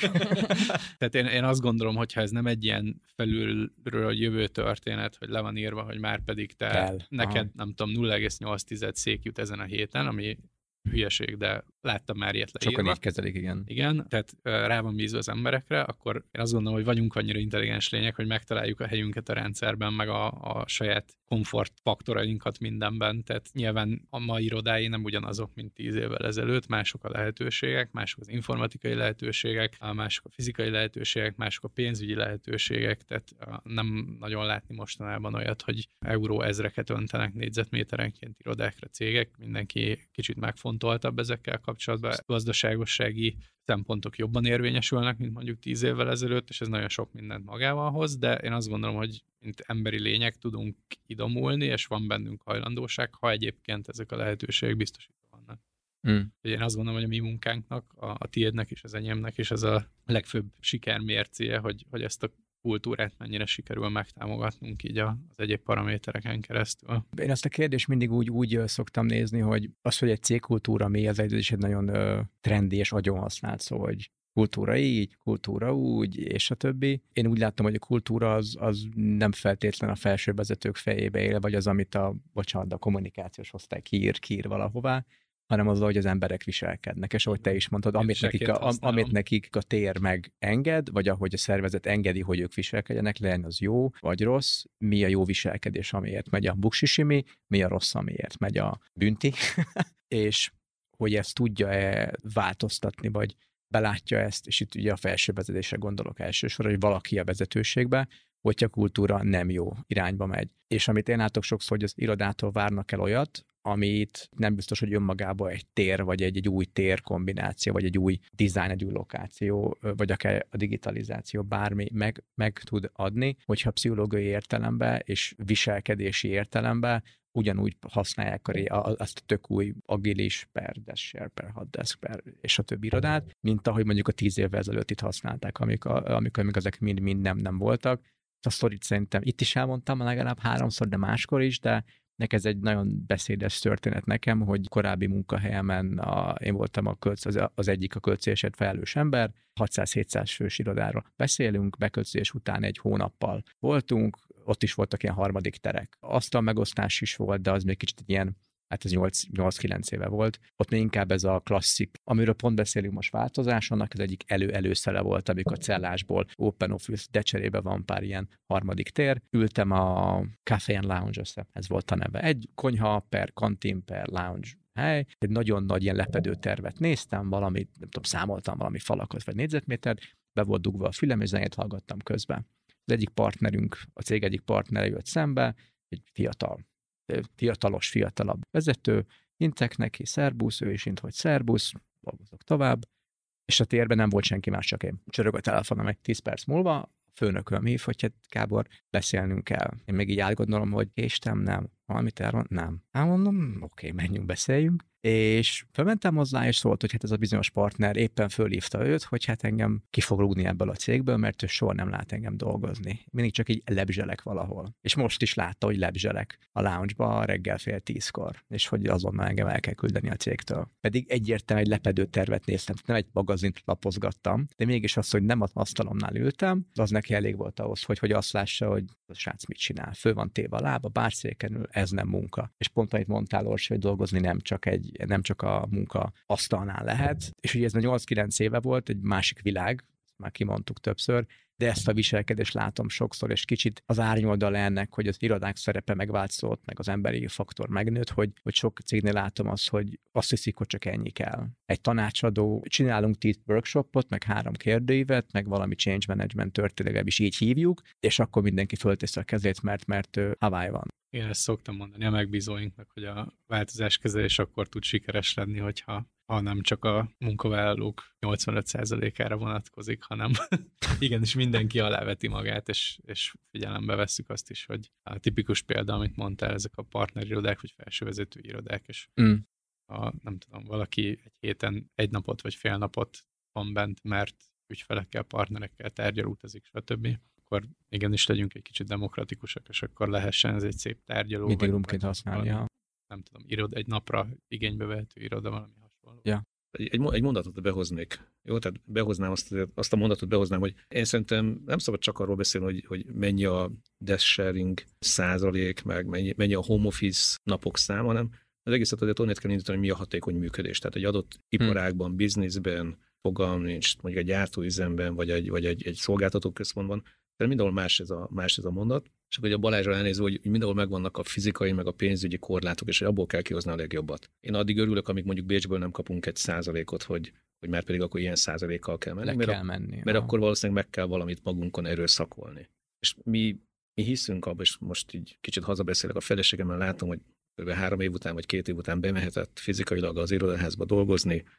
S4: Tehát én, én azt gondolom, hogyha ez nem egy ilyen felülről jövő történet, hogy le van írva, hogy már pedig te kell. neked, Aha. nem tudom, nulla egész nyolc szék jut ezen a héten, ami hülyeség, de láttam már ilyet leírva.
S1: Sokan így kezelik, igen.
S4: Igen, tehát rá van bízva az emberekre, akkor én azt gondolom, hogy vagyunk annyira intelligens lények, hogy megtaláljuk a helyünket a rendszerben, meg a, a saját komfort faktorainkat mindenben, tehát nyilván a mai irodái nem ugyanazok, mint tíz évvel ezelőtt, mások a lehetőségek, mások az informatikai lehetőségek, mások a fizikai lehetőségek, mások a pénzügyi lehetőségek, tehát nem nagyon látni mostanában olyat, hogy euró ezreket öntenek négyzetméterenként irodákra cégek, mindenki kicsit megfontoltabb ezekkel kapcsolatban gazdaságossági szempontok jobban érvényesülnek, mint mondjuk tíz évvel ezelőtt, és ez nagyon sok mindent magával hoz, de én azt gondolom, hogy mint emberi lények tudunk idomulni, és van bennünk hajlandóság, ha egyébként ezek a lehetőségek biztosítva vannak. Mm. Én azt gondolom, hogy a mi munkánknak, a, a tiédnek és az enyémnek is ez a legfőbb sikermércéje, hogy, hogy ezt a kultúrát mennyire sikerül megtámogatnunk így az egyéb paramétereken keresztül.
S1: Én ezt a kérdést mindig úgy, úgy szoktam nézni, hogy az, hogy egy cégkultúra mi, az egy, is egy nagyon ö, trendi és agyon használt szó, hogy kultúra így, kultúra úgy, és a többi. Én úgy láttam, hogy a kultúra az, az nem feltétlen a felső vezetők fejébe él, vagy az, amit a, bocsánat, a kommunikációs osztály kiír, kiír valahová, hanem az, hogy az emberek viselkednek. És ahogy te is mondtad, amit nekik, a, amit nekik a tér megenged, vagy ahogy a szervezet engedi, hogy ők viselkedjenek, legyen az jó vagy rossz, mi a jó viselkedés, amiért megy a buksisimi, mi a rossz, amiért megy a bünti, és hogy ezt tudja-e változtatni, vagy belátja ezt, és itt ugye a felső vezetésre gondolok elsősorban, hogy valaki a vezetőségbe, hogyha a kultúra nem jó irányba megy. És amit én látok sokszor, hogy az irodától várnak el olyat, amit nem biztos, hogy önmagában egy tér, vagy egy, egy új tér kombináció, vagy egy új design, egy új lokáció, vagy akár a digitalizáció bármi meg, meg tud adni, hogyha pszichológiai értelemben és viselkedési értelemben ugyanúgy használják a, a, azt a tök új agilis per Dasher, per Hotdesk, per és a többi irodát, mint ahogy mondjuk a tíz évvel ezelőtt itt használták, amikor, amikor még ezek mind-mind nem, nem voltak. A sztorit szerintem itt is elmondtam legalább háromszor, de máskor is, de nek ez egy nagyon beszédes történet nekem, hogy korábbi munkahelyemen a, én voltam a kölc, az, az egyik a költségért felelős ember, hatszáz-hétszáz fős irodáról beszélünk, beköltözés után egy hónappal voltunk, ott is voltak ilyen harmadik terek. Asztal megosztás is volt, de az még kicsit ilyen, hát ez nyolc-kilenc éve volt. Ott még inkább ez a klasszik, amiről pont beszélünk most változás, annak az egyik elő-előszele volt, amikor cellásból Open Office, de cserébe van pár ilyen harmadik tér. Ültem a Café and Lounge össze, ez volt a neve. Egy konyha per kantin per lounge hely. Egy nagyon nagy ilyen lepedő tervet néztem, valamit, nem tudom, számoltam valami falakat vagy négyzetmétert, be volt dugva a fülem, és zenét hallgattam közben. Az egyik partnerünk, a cég egyik partnere jött szembe, egy fiatal fiatalos, fiatalabb vezető, intek neki, szerbusz, ő is int, hogy szerbusz, dolgozok tovább, és a térben nem volt senki más, csak én. Csörög a telefonom egy tíz perc múlva, a főnököm hív, hogy hát Gábor, beszélnünk kell. Én még így átgondolom, hogy késtem, nem. Valamit elmond? Nem. Hát mondom, oké, okay, menjünk, beszéljünk. És felmentem hozzá, és szólt, hogy hát ez a bizonyos partner éppen fölhívta őt, hogy hát engem ki fog rúgni ebből a cégből, mert ő soha nem lát engem dolgozni. Mindig csak így lebzselek valahol. És most is látta, hogy lebzselek a lounge-ba reggel fél tízkor, és hogy azonnal engem el kell küldeni a cégtől. Pedig egyértelműen egy lepedő tervet néztem, nem egy magazint lapozgattam, de mégis az, hogy nem az asztalomnál ültem, az neki elég volt ahhoz, hogy, hogy azt lássa, hogy a srác mit csinál. Föl van téve a lába, bárszéken ül, ez nem munka. És pont amit mondtál, Orsi, hogy dolgozni nem csak egy nem csak a munka asztalnál lehet, és ugye ez a nyolc-kilenc éve volt, egy másik világ, már kimondtuk többször, de ezt a viselkedést látom sokszor, és kicsit az árnyoldal ennek, hogy az irodák szerepe megváltozott, meg az emberi faktor megnőtt, hogy, hogy sok cégnél látom azt, hogy azt hiszik, hogy csak ennyi kell. Egy tanácsadó, csinálunk tíz workshopot, meg három kérdőívet, meg valami change management történet, is így hívjuk, és akkor mindenki fölteszi a kezét, mert, mert Hawaii van.
S4: Én ezt szoktam mondani a megbízóinknak, hogy a változáskezelés akkor tud sikeres lenni, hogyha ha nem csak a munkavállalók nyolcvanöt százalékára vonatkozik, hanem igenis mindenki aláveti magát, és, és figyelembe vesszük azt is, hogy a tipikus példa, amit mondtál, ezek a partnerirodák, vagy felsővezető irodák, és mm. ha nem tudom, valaki egy héten egy napot vagy fél napot van bent, mert ügyfelekkel, partnerekkel tárgyal, utazik, stb., akkor igenis legyünk egy kicsit demokratikusak, és akkor lehessen ez egy szép tárgyaló.
S1: Mindig roomként használni, ja.
S4: Nem tudom, iroda, egy napra igénybe vehető iroda, valami hasonló.
S1: Ja.
S3: Egy, egy mondatot behoznék. Jó, tehát behoznám azt, azt a mondatot behoznám, hogy én szerintem nem szabad csak arról beszélni, hogy, hogy mennyi a desk sharing százalék, meg mennyi, mennyi a home office napok száma, hanem az egészet azért onnét kell indítani, hogy mi a hatékony működés. Tehát egy adott iparágban, hmm. bizniszben, fogalm nincs, mondjuk egy gyártóüzemben, vagy egy, vagy egy, egy szolgáltatóközpontban. Tehát mindenhol más ez a, más ez a mondat. És akkor a Balázsra elnézve, hogy mindenhol megvannak a fizikai, meg a pénzügyi korlátok, és abból kell kihozni a legjobbat. Én addig örülök, amíg mondjuk Bécsből nem kapunk egy százalékot, hogy, hogy már pedig akkor ilyen százalékkal kell menni.
S1: Le
S3: mert
S1: kell
S3: a,
S1: menni.
S3: Mert akkor valószínűleg meg kell valamit magunkon erőszakolni. És mi, mi hiszünk abban, és most így kicsit hazabeszélek a feleségemmel, látom, hogy kb. három év után, vagy két év után bemehetett fizikailag az irodaházba dolgozni,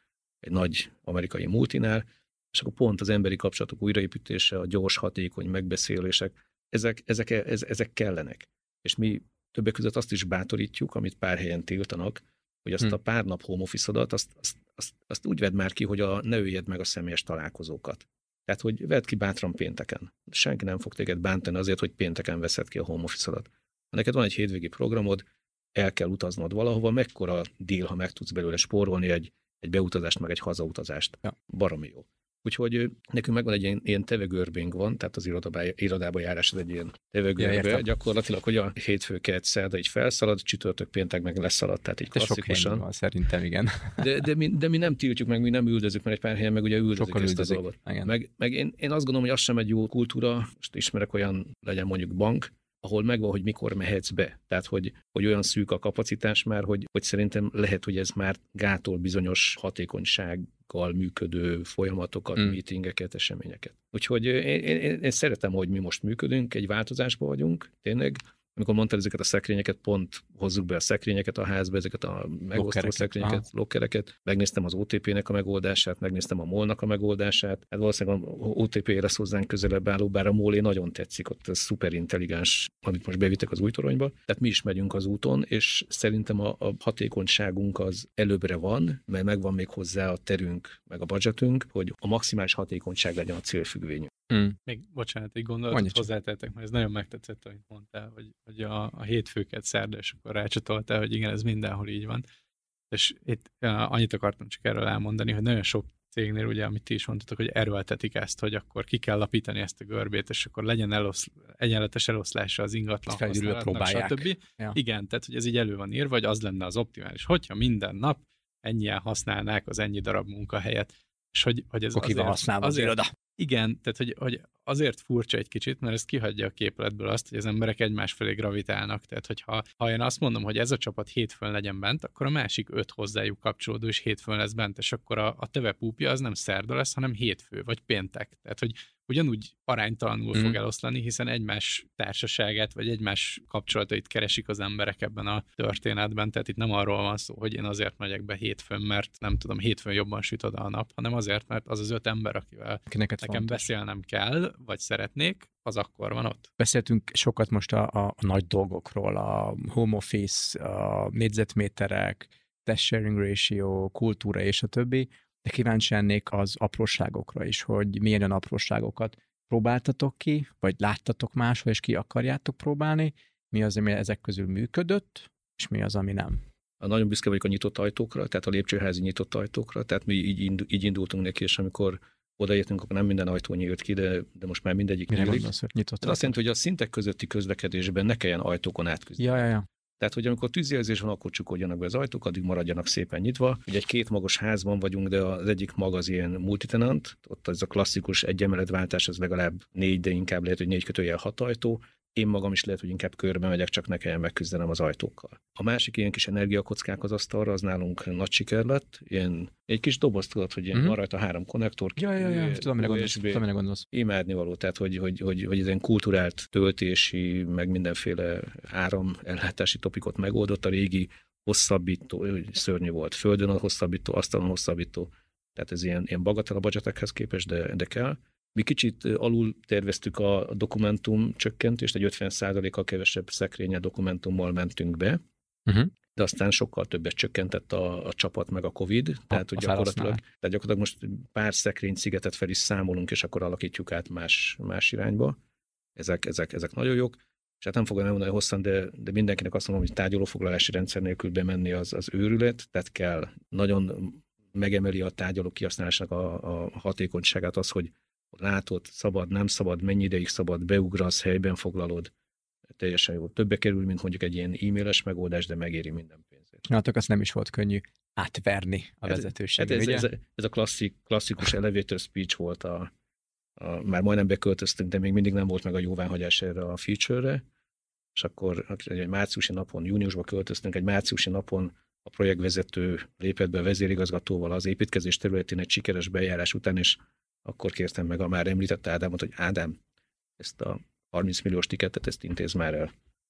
S3: egy nagy amerikai multinál, és akkor pont az emberi kapcsolatok újraépítése, a gyors, hatékony megbeszélések, ezek, ezek, ezek kellenek. És mi többek között azt is bátorítjuk, amit pár helyen tiltanak, hogy azt hmm. a pár nap home office-odat, azt, azt, azt, azt úgy vedd már ki, hogy a, ne öljed meg a személyes találkozókat. Tehát, hogy vedd ki bátran pénteken. Senki nem fog téged bántani azért, hogy pénteken veszed ki a home office-odat. Ha neked van egy hétvégi programod, el kell utaznod valahova, mekkora díl, ha meg tudsz belőle spórolni egy, egy beutazást, meg egy hazautazást. Ja. Baromi jó. Úgyhogy nekünk megvan egy ilyen, ilyen tevegörbénk van, tehát az irodába, irodába járás az egy ilyen tevegörbe, ja, gyakorlatilag, hogy a hétfő, kedd, szerda így felszalad, csütörtök, péntek meg leszalad, tehát így klasszikusan.
S1: Van, szerintem, igen.
S3: De, de, mi, de mi nem tiltjuk meg, mi nem üldözünk, mert egy pár helyen meg ugye üldözik Sokkal ezt üldözik. a dolgot. Meg, meg én, én azt gondolom, hogy az sem egy jó kultúra, most ismerek olyan, legyen mondjuk bank, ahol megvan, hogy mikor mehetsz be. Tehát, hogy, hogy olyan szűk a kapacitás már, hogy, hogy szerintem lehet, hogy ez már gátol bizonyos hatékonysággal működő folyamatokat, mm. meetingeket, eseményeket. Úgyhogy én, én, én szeretem, hogy mi most működünk, egy változásban vagyunk, tényleg. Amikor mondtad ezeket a szekrényeket, pont hozzuk be a szekrényeket a házba, ezeket a megosztó szekrényeket, aha. lokkereket. Megnéztem az o té pé-nek a megoldását, megnéztem a molnak a megoldását. Hát valószínűleg a o té pé lesz hozzánk közelebb álló, bár a molé nagyon tetszik, ott ez szuper intelligens, amit most bevittek az új toronyba. Tehát mi is megyünk az úton, és szerintem a, a hatékonyságunk az előbbre van, mert megvan még hozzá a terünk, meg a budgetünk, hogy a maximális hatékonyság legyen a célfüggvényünk.
S4: Mm. Még, bocsánat, egy gondolatot hozzátettek, mert ez nagyon megtetszett, amit mondtál, hogy, hogy a, a hétfőket szerda, és akkor rácsatoltál, hogy igen, ez mindenhol így van. És itt uh, annyit akartam csak erről elmondani, hogy nagyon sok cégnél, ugye, amit ti is mondtatok, hogy erőltetik ezt, hogy akkor ki kell lapítani ezt a görbét, és akkor legyen elosz, egyenletes eloszlása az ingatlan használatnak, stb. Ja. Igen, tehát hogy ez így elő van írva, vagy az lenne az optimális, hogyha minden nap ennyien használnák az ennyi darab munkahelyet, és hogy, hogy ez
S1: azért, használva az iroda.
S4: Igen, tehát hogy, hogy azért furcsa egy kicsit, mert ez kihagyja a képletből azt, hogy az emberek egymás felé gravitálnak. Tehát, hogyha ha én azt mondom, hogy ez a csapat hétfőn legyen bent, akkor a másik öt hozzájuk kapcsolódó is hétfőn lesz bent, és akkor a, a tevepúpja az nem szerda lesz, hanem hétfő, vagy péntek. Tehát, hogy ugyanúgy aránytalanul mm. fog eloszlani, hiszen egymás társaságát, vagy egymás kapcsolatait keresik az emberek ebben a történetben. Tehát itt nem arról van szó, hogy én azért megyek be hétfőn, mert nem tudom, hétfőn jobban süt oda a nap, hanem azért, mert az az öt ember, akivel Kineket nekem fontos. beszélnem kell, vagy szeretnék, az akkor van ott.
S1: Beszéltünk sokat most a, a, a nagy dolgokról, a home office, a négyzetméterek, test sharing ratio, kultúra és a többi, de kíváncsi lennék az apróságokra is, hogy milyen olyan apróságokat próbáltatok ki, vagy láttatok máshol, és ki akarjátok próbálni, mi az, ami ezek közül működött, és mi az, ami nem.
S3: Nagyon büszke vagyok a nyitott ajtókra, tehát a lépcsőházi nyitott ajtókra, tehát mi így, indul, így indultunk neki, és amikor odaértünk, akkor nem minden ajtó nyílt ki, de, de most már mindegyik
S1: nyílik. Gondolsz, hogy nyitott
S3: Ez azt jelenti, hogy a szintek közötti közlekedésben ne kelljen ajtókon átküzdeni.
S1: Ja, ja, ja.
S3: Tehát, hogy amikor tűzjelzés van, akkor csukodjanak be az ajtók, addig maradjanak szépen nyitva. Ugye egy két magos házban vagyunk, de az egyik mag az ilyen multitenant, ott az a klasszikus egyemeletváltás, az legalább négy, de inkább lehet, hogy négy kötőjel hat ajtó. Én magam is lehet, hogy inkább körbe megyek, csak ne kelljen megküzdenem az ajtókkal. A másik ilyen kis energiakockák az asztalra, az nálunk nagy siker lett. Ilyen, egy kis doboz, tudod, hogy ilyen mm-hmm. van rajta három konnektor.
S1: Ja, ja, ja, tudom, mire gondolsz. Tudom, mire gondolsz.
S3: Imádnivaló, tehát hogy, hogy, hogy, hogy ez ilyen kulturált töltési, meg mindenféle áramellátási topikot megoldott. A régi hosszabbító, szörnyű volt, földön a hosszabbító, asztalon hosszabbító. Tehát ez ilyen, ilyen bagatell a budgetekhez képest, de, de kell. Mi kicsit alul terveztük a dokumentum csökkentést, egy ötven százalékkal kevesebb szekrénye dokumentummal mentünk be, uh-huh. de aztán sokkal többet csökkentett a, a csapat meg a Covid, a, tehát, hogy gyakorlatilag, tehát gyakorlatilag most pár szekrény szigetet fel is számolunk, és akkor alakítjuk át más, más irányba. Ezek, ezek, ezek nagyon jók. És hát nem fogom elmondani hosszan, de, de mindenkinek azt mondom, hogy tárgyalófoglalási rendszer nélkül bemenni az, az őrület, tehát kell. Nagyon megemeli a tárgyaló kihasználásnak a, a hatékonyságát az, hogy látod, szabad, nem szabad, mennyi ideig szabad, beugrasz, helyben foglalod, teljesen jó. Többe kerül, mint mondjuk egy ilyen e-mailes megoldás, de megéri minden pénzét.
S1: Nálatok azt nem is volt könnyű átverni a vezetőséget,
S3: hát ez,
S1: ugye?
S3: Ez, ez a klasszik, klasszikus elevator speech volt, a, a, már majdnem beköltöztünk, de még mindig nem volt meg a jóváhagyás erre a feature-re, és akkor egy márciusi napon, júniusban költöztünk, egy márciusi napon a projektvezető lépett be a vezérigazgatóval az építkezés területén egy sikeres bejárás után, és akkor kértem meg a már említett Ádámot, hogy Ádám, ezt a harminc milliós tiketet, ezt intéz már el.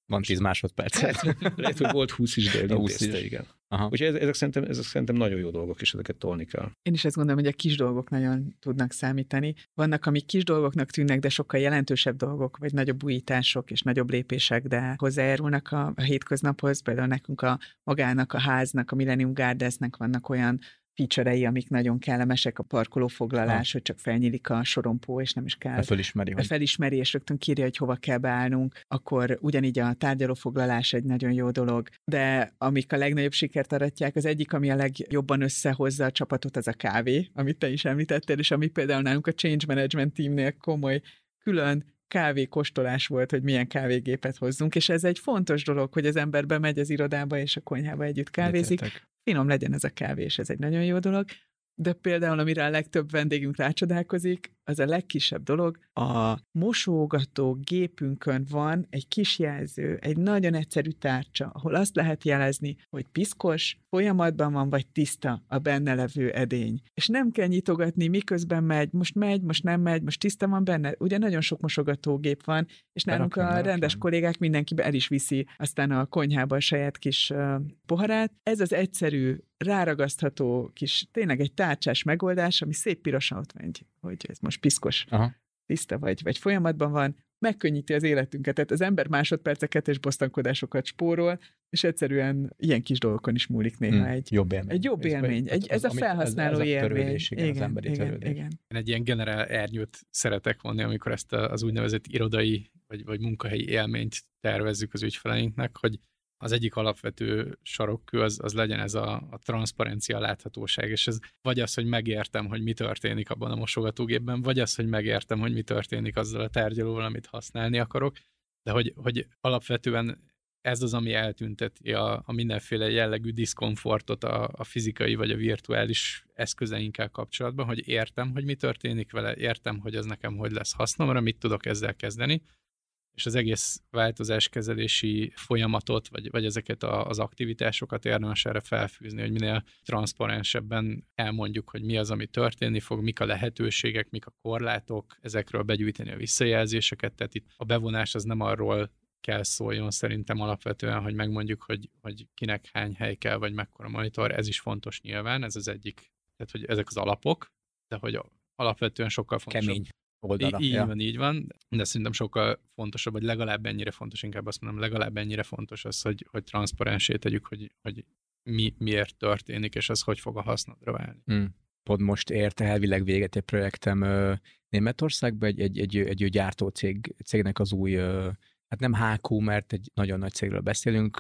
S1: Van tíz másodperc.
S3: Lehet, lehet, hogy volt húsz is, de elintézte, igen.
S1: Aha.
S3: Úgyhogy ezek szerintem, ezek szerintem nagyon jó dolgok, és ezeket tolni kell.
S2: Én is azt gondolom, hogy a kis dolgok nagyon tudnak számítani. Vannak, amik kis dolgoknak tűnnek, de sokkal jelentősebb dolgok, vagy nagyobb újítások és nagyobb lépések, de hozzájárulnak a, a hétköznaphoz. Például nekünk a magának, a háznak, a Millennium Gardensnek vannak olyan feature-ei, amik nagyon kellemesek, a parkolófoglalás, ha. hogy csak felnyílik a sorompó, és nem is kell.
S1: Felismeri, hogy...
S2: Felismeri, és rögtön kírja, hogy hova kell beállnunk. Akkor ugyanígy a tárgyalófoglalás egy nagyon jó dolog. De amik a legnagyobb sikert aratják, az egyik, ami a legjobban összehozza a csapatot, az a kávé, amit te is említettél, és ami például nálunk a Change Management teamnél komoly külön kávékóstolás volt, hogy milyen kávégépet hozzunk, és ez egy fontos dolog, hogy az ember bemegy az irodába, és a konyhába együtt kávézik.
S1: Betettek.
S2: Finom legyen ez a kávé, és ez egy nagyon jó dolog. De például, amire a legtöbb vendégünk rácsodálkozik, az a legkisebb dolog, a mosogató gépünkön van egy kis jelző, egy nagyon egyszerű tárcsa, ahol azt lehet jelezni, hogy piszkos, folyamatban van, vagy tiszta a benne levő edény. És nem kell nyitogatni, miközben megy, most megy, most nem megy, most tiszta van benne. Ugye nagyon sok mosogatógép van, és nálunk a rendes kollégák mindenki el is viszi aztán a konyhába a saját kis uh, poharát. Ez az egyszerű, ráragasztható kis, tényleg egy tárcsás megoldás, ami szép pirosan ott megy, hogy ez most piszkos,
S1: aha.
S2: tiszta vagy, vagy folyamatban van, megkönnyíti az életünket. Tehát az ember másodperceket és bosszankodásokat spórol, és egyszerűen ilyen kis dolgokon is múlik néha hmm. egy
S1: jobb élmény.
S2: Egy jobb élmény. Egy, ez, ez a felhasználó
S1: ez, ez a
S2: élmény.
S1: Igen, igen, az emberi
S2: igen,
S1: törődés.
S2: igen.
S4: Én egy ilyen generál ernyőt szeretek vonni, amikor ezt az úgynevezett irodai vagy, vagy munkahelyi élményt tervezzük az ügyfeleinknek, hogy az egyik alapvető sarokkő az, az legyen ez a, a transzparencia, láthatóság, és ez vagy az, hogy megértem, hogy mi történik abban a mosogatógépben, vagy az, hogy megértem, hogy mi történik azzal a tárgyalóval, amit használni akarok, de hogy, hogy alapvetően ez az, ami eltünteti a, a mindenféle jellegű diszkomfortot a, a fizikai vagy a virtuális eszközeinkkel kapcsolatban, hogy értem, hogy mi történik vele, értem, hogy ez nekem hogy lesz hasznomra, mit tudok ezzel kezdeni, és az egész változáskezelési folyamatot, vagy, vagy ezeket a, az aktivitásokat érdemes erre felfűzni, hogy minél transzparensebben elmondjuk, hogy mi az, ami történni fog, mik a lehetőségek, mik a korlátok, ezekről begyűjteni a visszajelzéseket, tehát itt a bevonás az nem arról kell szóljon szerintem alapvetően, hogy megmondjuk, hogy, hogy kinek hány hely kell, vagy mekkora monitor, ez is fontos nyilván, ez az egyik, tehát hogy ezek az alapok, de hogy alapvetően sokkal fontosabb.
S1: Kemény oldala.
S4: Így
S1: ja.
S4: van, így van, de szerintem sokkal fontosabb, vagy legalább ennyire fontos, inkább azt mondom, legalább ennyire fontos az, hogy, hogy transzparensé tegyük, hogy, hogy mi, miért történik, és az hogy fog a hasznodra válni.
S1: Hmm. Pont most ért elvileg véget egy projektem ö, Németországban, egy, egy, egy, egy, egy gyártó cég, cégnek az új, ö, hát nem há kú, mert egy nagyon nagy cégről beszélünk,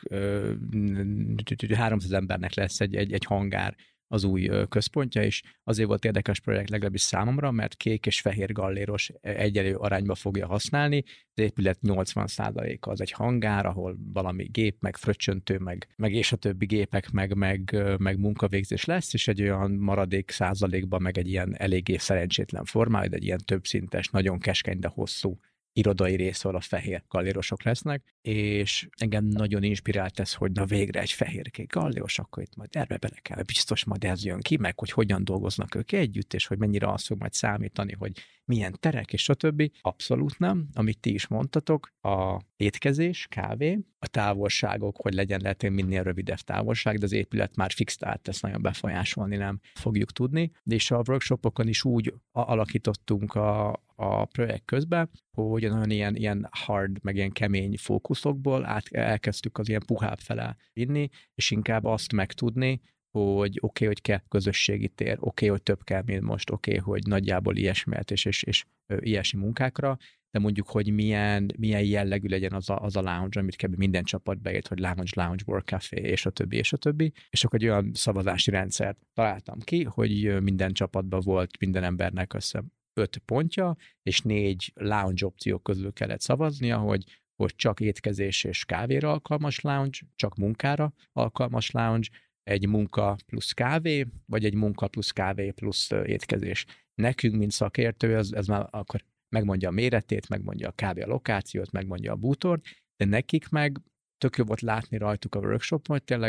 S1: háromszáz embernek lesz egy, egy, egy hangár az új központja, és azért volt érdekes projekt legalábbis számomra, mert kék és fehér galléros egyelő arányba fogja használni. Az épület nyolcvan százaléka az egy hangár, ahol valami gép, meg fröccsöntő, meg, meg és a többi gépek, meg, meg, meg munkavégzés lesz, és egy olyan maradék százalékban meg egy ilyen eléggé szerencsétlen formája, egy ilyen többszintes, nagyon keskeny, de hosszú irodai részről a fehér gallérosok lesznek, és engem nagyon inspirált ez, hogy na végre egy fehérkék galléros, akkor itt majd erre bele kell, biztos majd ez jön ki, meg hogy hogyan dolgoznak ők együtt, és hogy mennyire az fog majd számítani, hogy milyen terek, és stb. Abszolút nem, amit ti is mondtatok, a étkezés, kávé, a távolságok, hogy legyen lehet minél rövidebb távolság, de az épület már fix, tehát ezt nagyon befolyásolni nem fogjuk tudni, de és a workshopokon is úgy alakítottunk a, a projekt közben, hogy nagyon ilyen, ilyen hard, meg ilyen kemény fókuszokból át, elkezdtük az ilyen puhább fele vinni, és inkább azt megtudni, hogy oké, okay, hogy kell közösségi tér, oké, okay, hogy több kell, mint most, oké, okay, hogy nagyjából ilyesmi és, és, és ö, ilyesmi munkákra, de mondjuk, hogy milyen, milyen jellegű legyen az a, az a lounge, amit kb. Minden csapat beírt, hogy lounge, lounge, work café, és a többi, és a többi. És akkor egy olyan szavazási rendszert találtam ki, hogy minden csapatban volt minden embernek össze öt pontja, és négy lounge opció közül kellett szavaznia, hogy, hogy csak étkezés és kávéra alkalmas lounge, csak munkára alkalmas lounge, egy munka plusz kávé, vagy egy munka plusz kávé plusz étkezés. Nekünk, mint szakértő, ez, ez már akkor megmondja a méretét, megmondja a kávé a lokációt, megmondja a bútort, de nekik meg tök jó volt látni rajtuk a workshopon, hogy tényleg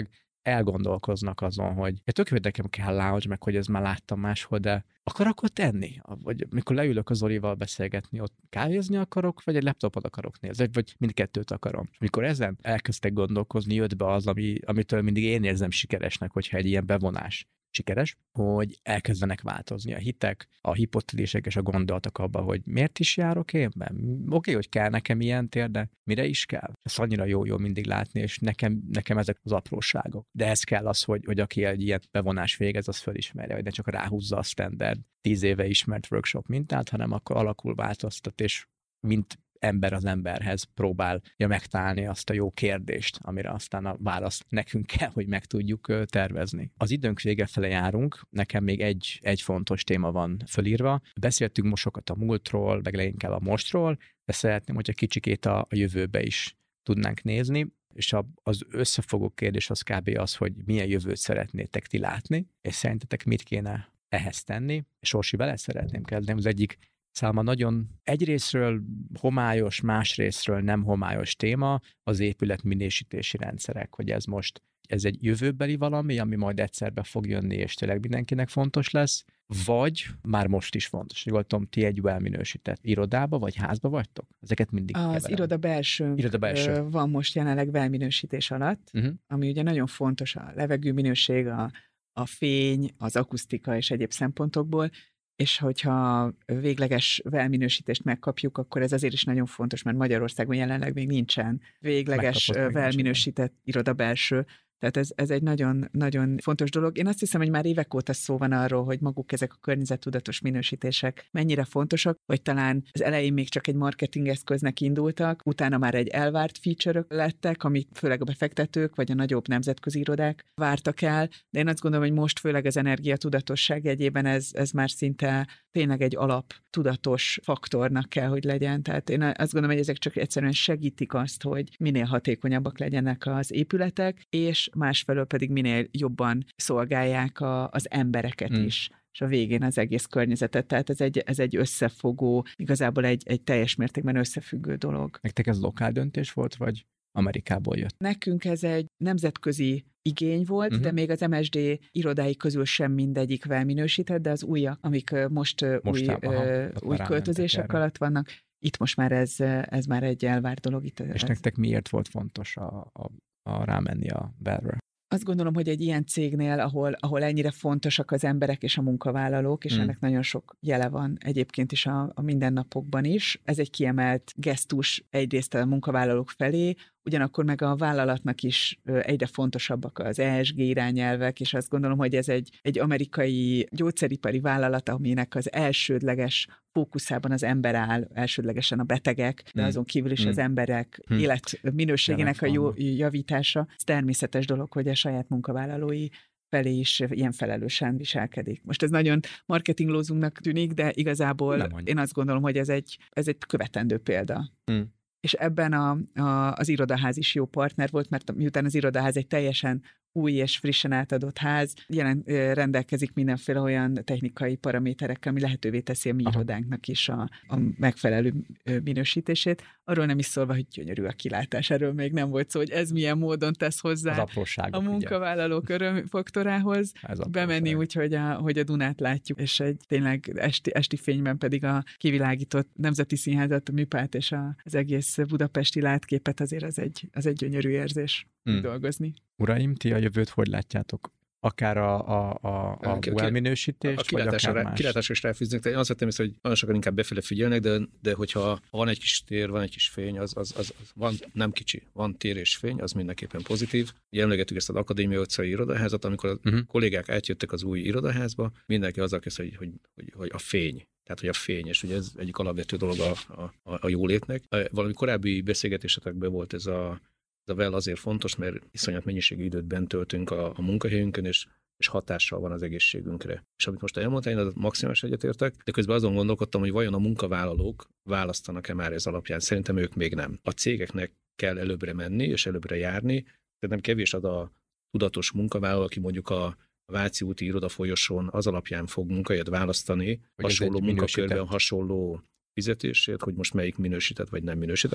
S1: elgondolkoznak azon, hogy ja, tök nekem kell lounge, meg hogy ez már láttam máshol, de akarok ott enni? Vagy mikor leülök az Zolival beszélgetni, ott kávézni akarok, vagy egy laptopot akarok nézni, vagy mindkettőt akarom. És mikor ezen elkezdtek gondolkozni, jött be az, ami, amitől mindig én érzem sikeresnek, hogyha egy ilyen bevonás sikeres, hogy elkezdenek változni a hitek, a hipotézisek és a gondolatok abba, hogy miért is járok én be? Oké, okay, hogy kell nekem ilyen tér, de mire is kell? Ez annyira jó-jó mindig látni, és nekem, nekem ezek az apróságok. De ez kell az, hogy, hogy aki egy ilyen bevonás végez, az fölismerje, hogy ne csak ráhúzza a standard tíz éve ismert workshop mintát, hanem akkor alakul, változtat, és mint ember az emberhez próbálja megtalálni azt a jó kérdést, amire aztán a választ nekünk kell, hogy meg tudjuk tervezni. Az időnk vége fele járunk, nekem még egy, egy fontos téma van fölírva. Beszéltünk most sokat a múltról, meg leginkább a mostról, de szeretném, hogyha kicsikét a, a jövőbe is tudnánk nézni, és a, az összefogó kérdés az kb. Az, hogy milyen jövőt szeretnétek ti látni, és szerintetek mit kéne ehhez tenni. És Orsi, vele szeretném kezdeni, az egyik számomra nagyon egyrészről homályos, másrészről nem homályos téma az épületminősítési rendszerek, hogy ez most ez egy jövőbeli valami, ami majd egyszerbe fog jönni, és tényleg mindenkinek fontos lesz, vagy már most is fontos. Gondolom, ti egy well-minősített irodába vagy házba vagytok? Ezeket mindig
S2: Az
S1: keverem.
S2: iroda belső,
S1: iroda belső
S2: van most jelenleg well-minősítés alatt, uh-huh. ami ugye nagyon fontos a levegőminőség, a, a fény, az akusztika és egyéb szempontokból, és hogyha végleges well-minősítést megkapjuk, akkor ez azért is nagyon fontos, mert Magyarországon jelenleg még nincsen végleges well-minősített iroda belső. Tehát ez, ez egy nagyon, nagyon fontos dolog. Én azt hiszem, hogy már évek óta szó van arról, hogy maguk ezek a környezettudatos minősítések mennyire fontosak, vagy talán az elején még csak egy marketing eszköznek indultak, utána már egy elvárt feature-ök lettek, amit főleg a befektetők vagy a nagyobb nemzetközi irodák vártak el, de én azt gondolom, hogy most főleg az energiatudatosság jegyében ez, ez már szinte tényleg egy alap tudatos faktornak kell, hogy legyen. Tehát én azt gondolom, hogy ezek csak egyszerűen segítik azt, hogy minél hatékonyabbak legyenek az épületek, és másfelől pedig minél jobban szolgálják a, az embereket hmm. is, és a végén az egész környezetet. Tehát ez egy, ez egy összefogó, igazából egy, egy teljes mértékben összefüggő dolog.
S1: Nektek ez lokál döntés volt, vagy Amerikából jött?
S2: Nekünk ez egy nemzetközi igény volt, uh-huh. de még az em es dé irodái közül sem mindegyik well-minősített, de az újak, amik most Mostában, új, aha, új költözések alatt vannak, itt most már ez, ez már egy elvárt dolog. Itt
S1: és
S2: ez...
S1: nektek miért volt fontos a, a, a rámenni a well-re?
S2: Azt gondolom, hogy egy ilyen cégnél, ahol, ahol ennyire fontosak az emberek és a munkavállalók, és mm. ennek nagyon sok jele van egyébként is a, a mindennapokban is, ez egy kiemelt gesztus egyrészt a munkavállalók felé, ugyanakkor meg a vállalatnak is egyre fontosabbak az e es gé irányelvek, és azt gondolom, hogy ez egy, egy amerikai gyógyszeripari vállalat, aminek az elsődleges fókuszában az ember áll, elsődlegesen a betegek, de azon kívül is hmm. az emberek hmm. életminőségének a jó javítása. Ez természetes dolog, hogy a saját munkavállalói felé is ilyen felelősen viselkedik. Most ez nagyon marketinglózunknak tűnik, de igazából én azt gondolom, hogy ez egy, ez egy követendő példa. Hmm. És ebben a, a, az irodaház is jó partner volt, mert miután az irodaház egy teljesen új és frissen átadott ház, jelen, rendelkezik mindenféle olyan technikai paraméterekkel, ami lehetővé teszi a mi Aha. irodánknak is a, a megfelelő minősítését. Arról nem is szólva, hogy gyönyörű a kilátás, erről még nem volt szó, hogy ez milyen módon tesz hozzá a munkavállalók örömfaktorához. Bemenni úgy, hogy a, hogy a Dunát látjuk, és egy tényleg esti, esti fényben pedig a kivilágított Nemzeti Színházat, a Műpát és a, az egész budapesti látképet, azért az egy, az egy gyönyörű érzés hmm. dolgozni.
S1: Uraim, ti a jövőt hogy látjátok? Akár a, a, a, a well-minősítést, vagy akár más?
S3: Kilátásra is ráfűznek, de én azt vettem, hogy nagyon sokan inkább befele figyelnek, de, de hogyha van egy kis tér, van egy kis fény, az, az, az, az van, nem kicsi, van tér és fény, az mindenképpen pozitív. Ugye emlegettük ezt az Akadémia utcai irodaházat, amikor a uh-huh. kollégák átjöttek az új irodaházba, mindenki azzal kezdte, hogy, hogy, hogy, hogy a fény. Tehát, hogy a fény, és ugye ez egyik alapvető dolog a, a, a jólétnek. Valami korábbi beszélgetésetekben volt ez a Ez a well azért fontos, mert iszonyat mennyiségű időt bent töltünk a, a munkahelyünkön, és, és hatással van az egészségünkre. És amit most elmondtál, én az maximális egyetértek, de közben azon gondolkodtam, hogy vajon a munkavállalók választanak-e már ez alapján. Szerintem ők még nem. A cégeknek kell előbbre menni, és előbbre járni. Szerintem kevés az a tudatos munkavállaló, aki mondjuk a Váci úti irodafolyosón az alapján fog munkahelyet választani, hogy hasonló munkakörben hasonló fizetésért, hogy most melyik minősített vagy nem minősített.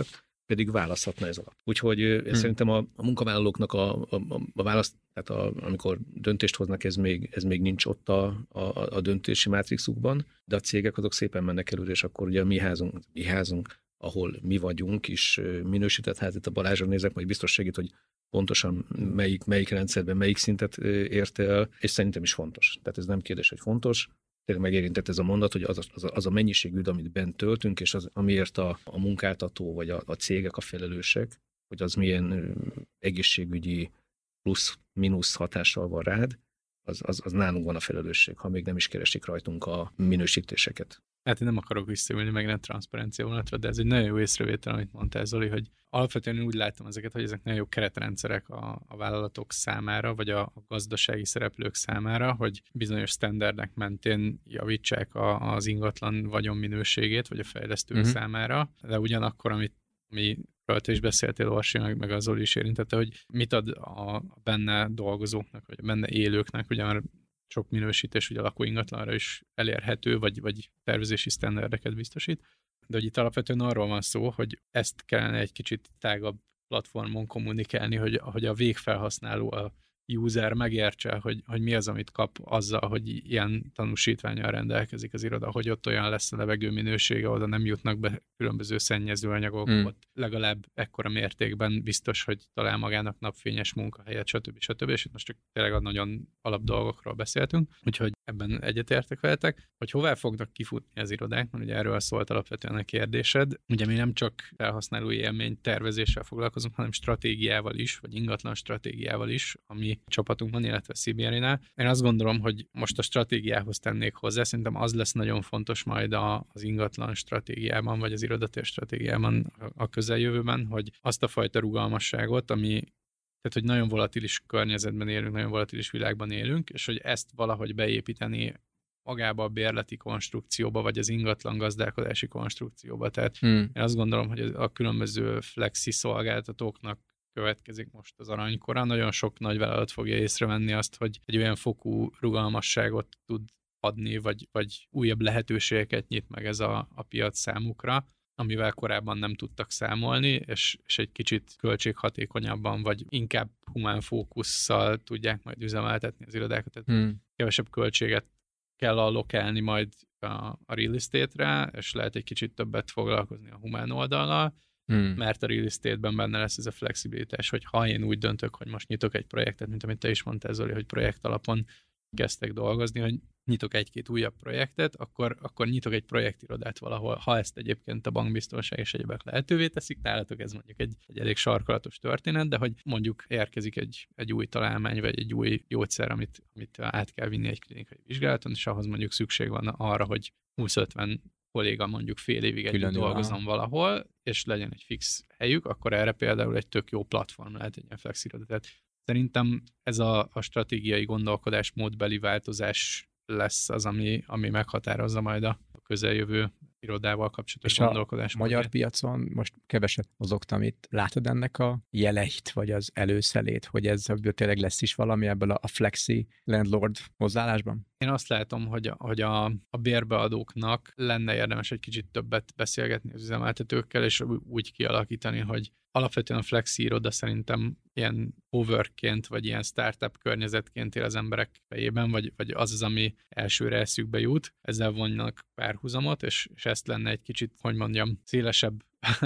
S3: pedig választhatna ez alatt. Úgyhogy hmm. szerintem a, a munkavállalóknak a, a, a választ, tehát a, amikor döntést hoznak, ez még, ez még nincs ott a, a, a döntési mátrixukban, de a cégek azok szépen mennek előre, és akkor ugye a mi házunk, mi házunk, ahol mi vagyunk, is minősített ház, itt a Balázsra nézek, majd biztos segít, hogy pontosan melyik, melyik rendszerben, melyik szintet érte el, és szerintem is fontos. Tehát ez nem kérdés, hogy fontos. Tényleg megérintett ez a mondat, hogy az a, az a, az a mennyiségű, amit bent töltünk, és az, amiért a, a munkáltató vagy a, a cégek a felelősek, hogy az milyen egészségügyi plusz-minusz hatással van rád, az, az, az nálunk van a felelősség, ha még nem is keresik rajtunk a minősítéseket.
S4: Hát én nem akarok visszaülni, meg nem transzparencia vonatra, de ez egy nagyon jó észrevétel, amit mondtál, Zoli, hogy alapvetően úgy látom ezeket, hogy ezek nagyon jó keretrendszerek a, a vállalatok számára, vagy a, a gazdasági szereplők számára, hogy bizonyos sztenderdek mentén javítsák a, az ingatlan vagyon minőségét, vagy a fejlesztők uh-huh. számára, de ugyanakkor, amit mi te is beszéltél, Orsi, meg, meg az Zoli is érintette, hogy mit ad a benne dolgozóknak, vagy a benne élőknek, ugye már sok minősítés ugye a lakóingatlanra is elérhető, vagy, vagy tervezési sztenderdeket biztosít. De hogy itt alapvetően arról van szó, hogy ezt kellene egy kicsit tágabb platformon kommunikálni, hogy, hogy a végfelhasználó, a user megértse, hogy, hogy mi az, amit kap azzal, hogy ilyen tanúsítvánnyal rendelkezik az iroda, hogy ott olyan lesz a levegő minősége, oda nem jutnak be különböző szennyezőanyagok, mm. ott legalább ekkora mértékben biztos, hogy talál magának napfényes munkahelyet, stb. stb. És itt most csak tényleg a nagyon alap dolgokról beszéltünk, úgyhogy ebben egyetértek veletek, hogy hová fognak kifutni az irodák, mert ugye erről szólt alapvetően a kérdésed. Ugye mi nem csak felhasználói élmény tervezéssel foglalkozunk, hanem stratégiával is, vagy ingatlan stratégiával is, ami csapatunkban, illetve cé bé er-nál. Én azt gondolom, hogy most a stratégiához tennék hozzá, szerintem az lesz nagyon fontos majd a, az ingatlan stratégiában, vagy az irodatér stratégiában a közeljövőben, hogy azt a fajta rugalmasságot, ami, tehát hogy nagyon volatilis környezetben élünk, nagyon volatilis világban élünk, és hogy ezt valahogy beépíteni magába a bérleti konstrukcióba, vagy az ingatlan gazdálkodási konstrukcióba. Tehát hmm. én azt gondolom, hogy a különböző flexi szolgáltatóknak következik most az aranykora. Nagyon sok nagyvállalat fogja észrevenni azt, hogy egy olyan fokú rugalmasságot tud adni, vagy, vagy újabb lehetőségeket nyit meg ez a, a piac számukra, amivel korábban nem tudtak számolni, és, és egy kicsit költséghatékonyabban, vagy inkább humán fókusszal tudják majd üzemeltetni az irodákat. Tehát hmm. kevesebb költséget kell allokálni majd a, a real estate-re, és lehet egy kicsit többet foglalkozni a humán oldallal, Hmm. mert a real estate-ben benne lesz ez a flexibilitás, hogy ha én úgy döntök, hogy most nyitok egy projektet, mint amit te is mondtál, Zoli, hogy projekt alapon kezdtek dolgozni, hogy nyitok egy-két újabb projektet, akkor, akkor nyitok egy projektirodát valahol, ha ezt egyébként a bankbiztonság és egyebek lehetővé teszik, nálatok ez mondjuk egy, egy elég sarkalatos történet, de hogy mondjuk érkezik egy, egy új találmány, vagy egy új gyógyszer, amit, amit át kell vinni egy klinikai vizsgálaton, és ahhoz mondjuk szükség van arra, hogy húsz-ötven kolléga mondjuk fél évig együtt dolgozom valahol, és legyen egy fix helyük, akkor erre például egy tök jó platform lehet egy ilyen flexiroda. Tehát szerintem ez a, a stratégiai gondolkodásmódbeli változás lesz az, ami, ami meghatározza majd a közeljövő irodával kapcsolatos gondolkodás.
S1: A magyar piacon most keveset mozogtam itt. Látod ennek a jeleit, vagy az előszelét, hogy ez tényleg lesz is valami ebből a flexi landlord hozzáállásban?
S4: Én azt látom, hogy, a, hogy a, a bérbeadóknak lenne érdemes egy kicsit többet beszélgetni az üzemeltetőkkel, és úgy kialakítani, hogy alapvetően a flexi iroda szerintem ilyen overként, vagy ilyen startup környezetként él az emberek fejében, vagy, vagy az az, ami elsőre eszükbe jut. Ezzel vonnak párhuzamot, és, és ezt lenne egy kicsit, hogy mondjam, szélesebb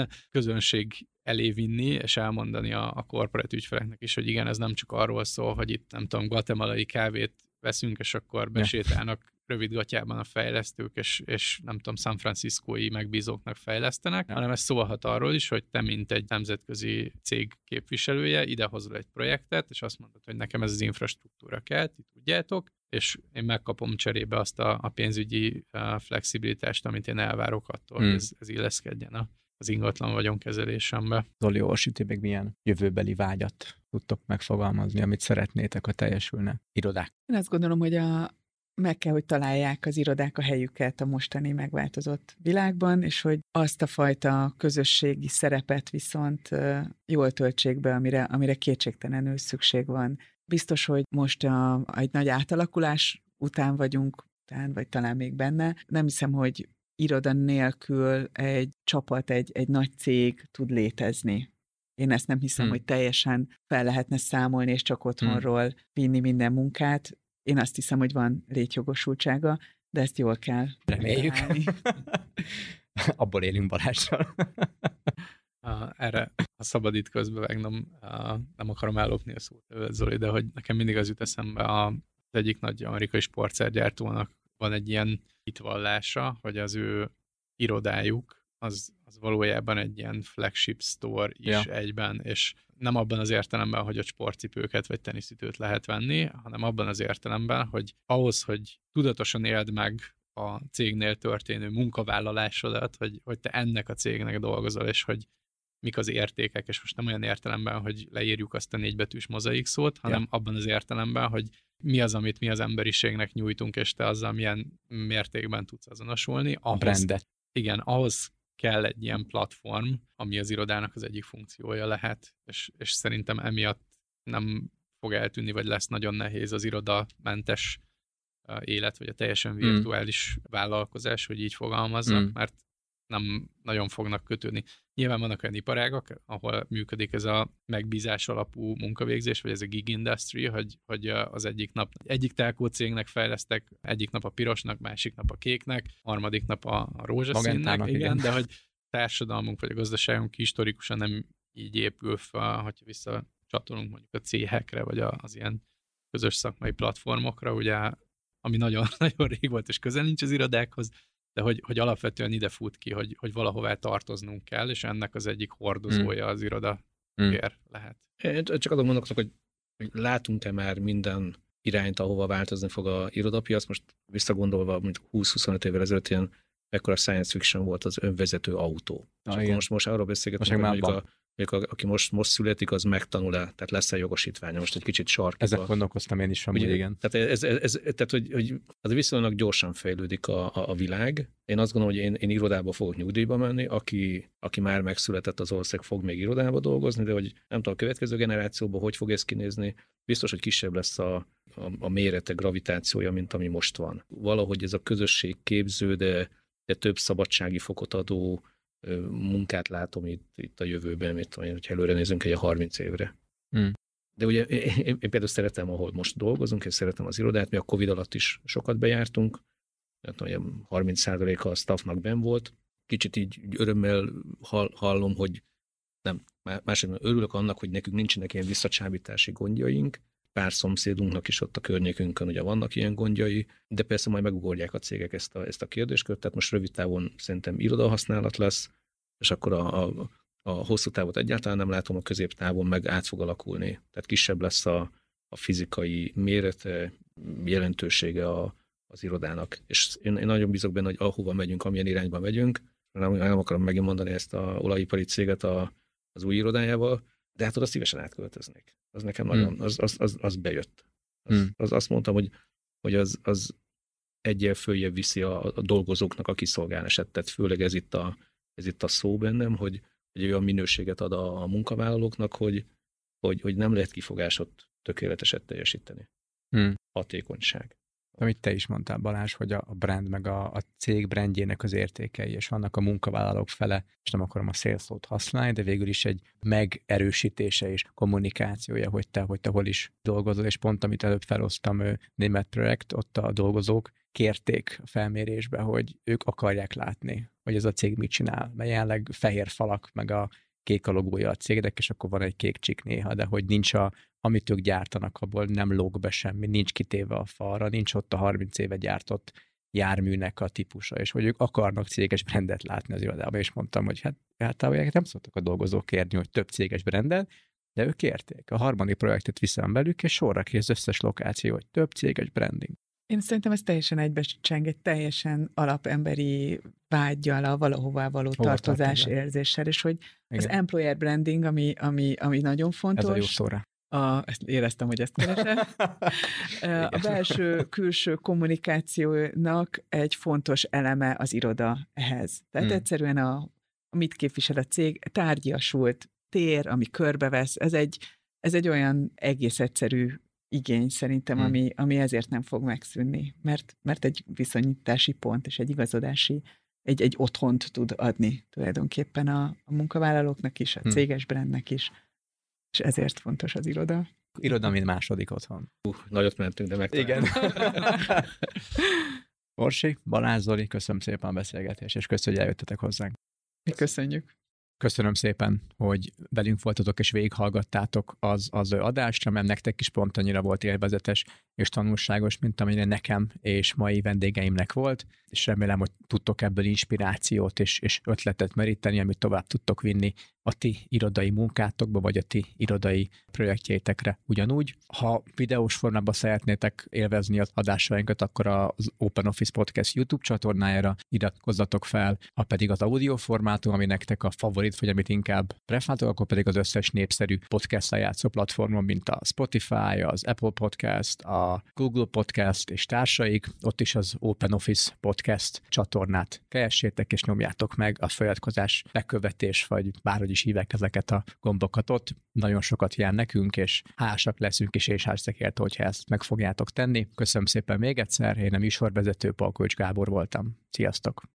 S4: közönség elé vinni, és elmondani a, a corporate ügyfeleknek is, hogy igen, ez nem csak arról szól, hogy itt nem tudom, guatemalai kávét veszünk, és akkor besétálnak rövidgatjában a fejlesztők, és, és nem tudom, San Franciscói megbízóknak fejlesztenek, hanem ez szólhat arról is, hogy te, mint egy nemzetközi cég képviselője, idehozol egy projektet, és azt mondod, hogy nekem ez az infrastruktúra kell, ti tudjátok, és én megkapom cserébe azt a, a pénzügyi a flexibilitást, amit én elvárok attól, hmm. hogy ez, ez illeszkedjen a, az ingatlan vagyonkezelésembe.
S1: Zoli, Orsi, ti még milyen jövőbeli vágyat tudtok megfogalmazni, amit szeretnétek, ha teljesülne irodák?
S2: Én azt gondolom, hogy a meg kell, hogy találják az irodák a helyüket a mostani megváltozott világban, és hogy azt a fajta közösségi szerepet viszont jól töltsék be, amire, amire kétségtelenül szükség van. Biztos, hogy most a, egy nagy átalakulás után vagyunk, után, vagy talán még benne. Nem hiszem, hogy iroda nélkül egy csapat, egy, egy nagy cég tud létezni. Én ezt nem hiszem, hmm. hogy teljesen fel lehetne számolni, és csak otthonról hmm. vinni minden munkát. Én azt hiszem, hogy van létjogosultsága, de ezt jól kell.
S1: Reméljük. Abból élünk Balással.
S4: Uh, erre, ha szabad itt közbevágnom, uh, nem akarom ellopni a szót, Zoli, de hogy nekem mindig az jut eszembe, a, az egyik nagy amerikai sportszergyártónak van egy ilyen hitvallása, hogy az ő irodájuk az, az valójában egy ilyen flagship store is ja. egyben, és nem abban az értelemben, hogy a sportcipőket vagy teniszütőt lehet venni, hanem abban az értelemben, hogy ahhoz, hogy tudatosan éld meg a cégnél történő munkavállalásodat, hogy, hogy te ennek a cégnek dolgozol, és hogy mik az értékek, és most nem olyan értelemben, hogy leírjuk azt a négybetűs mozaik szót, hanem ja. abban az értelemben, hogy mi az, amit mi az emberiségnek nyújtunk, és te azzal milyen mértékben tudsz azonosulni. Ahhoz,
S1: brandet.
S4: Igen, ahhoz kell egy ilyen platform, ami az irodának az egyik funkciója lehet, és, és szerintem emiatt nem fog eltűnni, vagy lesz nagyon nehéz az irodamentes élet, vagy a teljesen virtuális mm. vállalkozás, hogy így fogalmazzak, mm. mert nem nagyon fognak kötődni. Nyilván vannak olyan iparágak, ahol működik ez a megbízás alapú munkavégzés, vagy ez a gig industry, hogy, hogy az egyik nap egyik telkó cégnek fejlesztek, egyik nap a pirosnak, másik nap a kéknek, harmadik nap a, a rózsaszínnek, igen, igen, de hogy társadalmunk vagy a gazdaságunk historikusan nem így épül fel, hogyha visszacsatolunk mondjuk a céhekre, vagy a, az ilyen közös szakmai platformokra, ugye, ami nagyon, nagyon rég volt, és közel nincs az irodákhoz, de hogy, hogy alapvetően ide fut ki, hogy, hogy valahová tartoznunk kell, és ennek az egyik hordozója az iroda
S1: mm.
S4: tér lehet.
S3: Én csak azon gondolkodok, hogy, hogy látunk-e már minden irányt, ahova változni fog a irodapiac. Most visszagondolva, mint húsz-huszonöt évvel ezelőtt ilyen mekkora science fiction volt az önvezető autó. Ah, és most, most arról beszélgetünk, hogy mondjuk a, mondjuk a, aki most, most születik, az megtanul-e, tehát lesz-e jogosítványa, most egy kicsit sarkíva.
S1: Ezek gondolkoztam én is, amúgy igen.
S3: Tehát, ez, ez, ez, tehát hogy, hogy az viszonylag gyorsan fejlődik a, a, a világ. Én azt gondolom, hogy én, én irodába fogok nyugdíjba menni, aki, aki már megszületett, az ország fog még irodába dolgozni, de hogy nem tudom, a következő generációban hogy fog ez kinézni, biztos, hogy kisebb lesz a, a, a mérete, gravitációja, mint ami most van. Valahogy ez a közösség képző, de, de több szabadsági fokot adó munkát látom itt, itt a jövőben, mit tudom én, hogyha előre nézünk egy harminc évre. Hmm. De ugye én, én például szeretem, ahol most dolgozunk, és szeretem az irodát, mi a Covid alatt is sokat bejártunk, tehát harminc százaléka a staffnak benn volt. Kicsit így örömmel hallom, hogy nem, másodban örülök annak, hogy nekünk nincsenek ilyen visszacsábítási gondjaink, pár szomszédunknak is ott a környékünkön ugye vannak ilyen gondjai, de persze majd megugorják a cégek ezt a, ezt a kérdéskört, tehát most rövid távon szerintem irodahasználat lesz, és akkor a, a, a hosszú távot egyáltalán nem látom, a középtávon meg át fog alakulni. Tehát kisebb lesz a, a fizikai mérete, jelentősége a, az irodának. És én, én nagyon bízok benne, hogy ahova megyünk, amilyen irányba megyünk, nem, nem akarom megint mondani ezt a olajipari céget a, az új irodájával, de hát oda szívesen átköltöznék. Az nekem nagyon, hmm. az, az, az, az bejött. Az, hmm. az azt mondtam, hogy, hogy az, az egyel följebb viszi a, a dolgozóknak a kiszolgálását. Tehát főleg ez itt a, ez itt a szó bennem, hogy, hogy olyan minőséget ad a, a munkavállalóknak, hogy, hogy, hogy nem lehet kifogásot tökéleteset teljesíteni. Hmm. Hatékonyság.
S1: Amit te is mondtál, Balázs, hogy a brand meg a, a cég brandjének az értékei, és vannak a munkavállalók fele, és nem akarom a sales szót használni, de végül is egy megerősítése és kommunikációja, hogy te, hogy te hol is dolgozol, és pont amit előbb felosztam német projekt, ott a dolgozók kérték a felmérésbe, hogy ők akarják látni, hogy ez a cég mit csinál, mert jelenleg fehér falak, meg a kék a logója a cégnek, és akkor van egy kék csik néha, de hogy nincs a, amit ők gyártanak, abból nem lóg be semmi, nincs kitéve a falra, nincs ott a harminc éve gyártott járműnek a típusa, és hogy ők akarnak céges brandet látni az irodában, és mondtam, hogy hát általában nem szoktak a dolgozók kérni, hogy több céges brandet, de ők kérték. A harmadik projektet viszem velük, és sorra ki az összes lokáció, hogy több céges branding.
S2: Én szerintem ez teljesen egybecseng, egy teljesen alapemberi vággyal, a valahová való Hova tartozás tartozás érzéssel, és hogy igen. Az employer branding, ami, ami, ami nagyon fontos.
S1: Ez a jó szóra.
S2: A, ezt éreztem, hogy ezt keresem. A belső-külső kommunikációnak egy fontos eleme az iroda ehhez. Tehát hmm. egyszerűen a, amit képvisel a cég, tárgyasult tér, ami körbevesz, ez egy, ez egy olyan egész egyszerű igény szerintem, hmm. ami, ami ezért nem fog megszűnni, mert, mert egy viszonyítási pont és egy igazodási egy, egy otthont tud adni tulajdonképpen a, a munkavállalóknak is, a
S1: Hm.
S2: céges brandnek is, és ezért fontos az iroda.
S1: Iroda, mint második otthon.
S3: Uh, nagyot mentünk, de meg.
S1: Igen. Orsi, Balázs, Zoli, köszönöm szépen a beszélgetést, és köszönjük, hogy eljöttetek hozzánk.
S2: Mi köszönjük.
S1: Köszönöm szépen, hogy velünk voltatok és végighallgattátok az, az adást, mert nektek is pont annyira volt élvezetes és tanulságos, mint amilyen nekem és mai vendégeimnek volt, és remélem, hogy tudtok ebből inspirációt és, és ötletet meríteni, amit tovább tudtok vinni a ti irodai munkátokba, vagy a ti irodai projektjeitekre ugyanúgy. Ha videós formában szeretnétek élvezni az adásainkat, akkor az Open Office Podcast YouTube csatornájára iratkozzatok fel, ha pedig az audio formátum, ami nektek a favorit, vagy amit inkább preferáltok, akkor pedig az összes népszerű podcast lejátszó platformon, mint a Spotify, az Apple Podcast, a Google Podcast és társaik, ott is az Open Office Podcast csatornát keressétek és nyomjátok meg a feliratkozás, bekövetés, vagy bárhogy is hívják ezeket a gombokat ott. Nagyon sokat jár nekünk, és hálásak leszünk is, és hálásak érte, hogyha ezt meg fogjátok tenni. Köszönöm szépen még egyszer, én a műsorvezető Palkovics Gábor voltam. Sziasztok!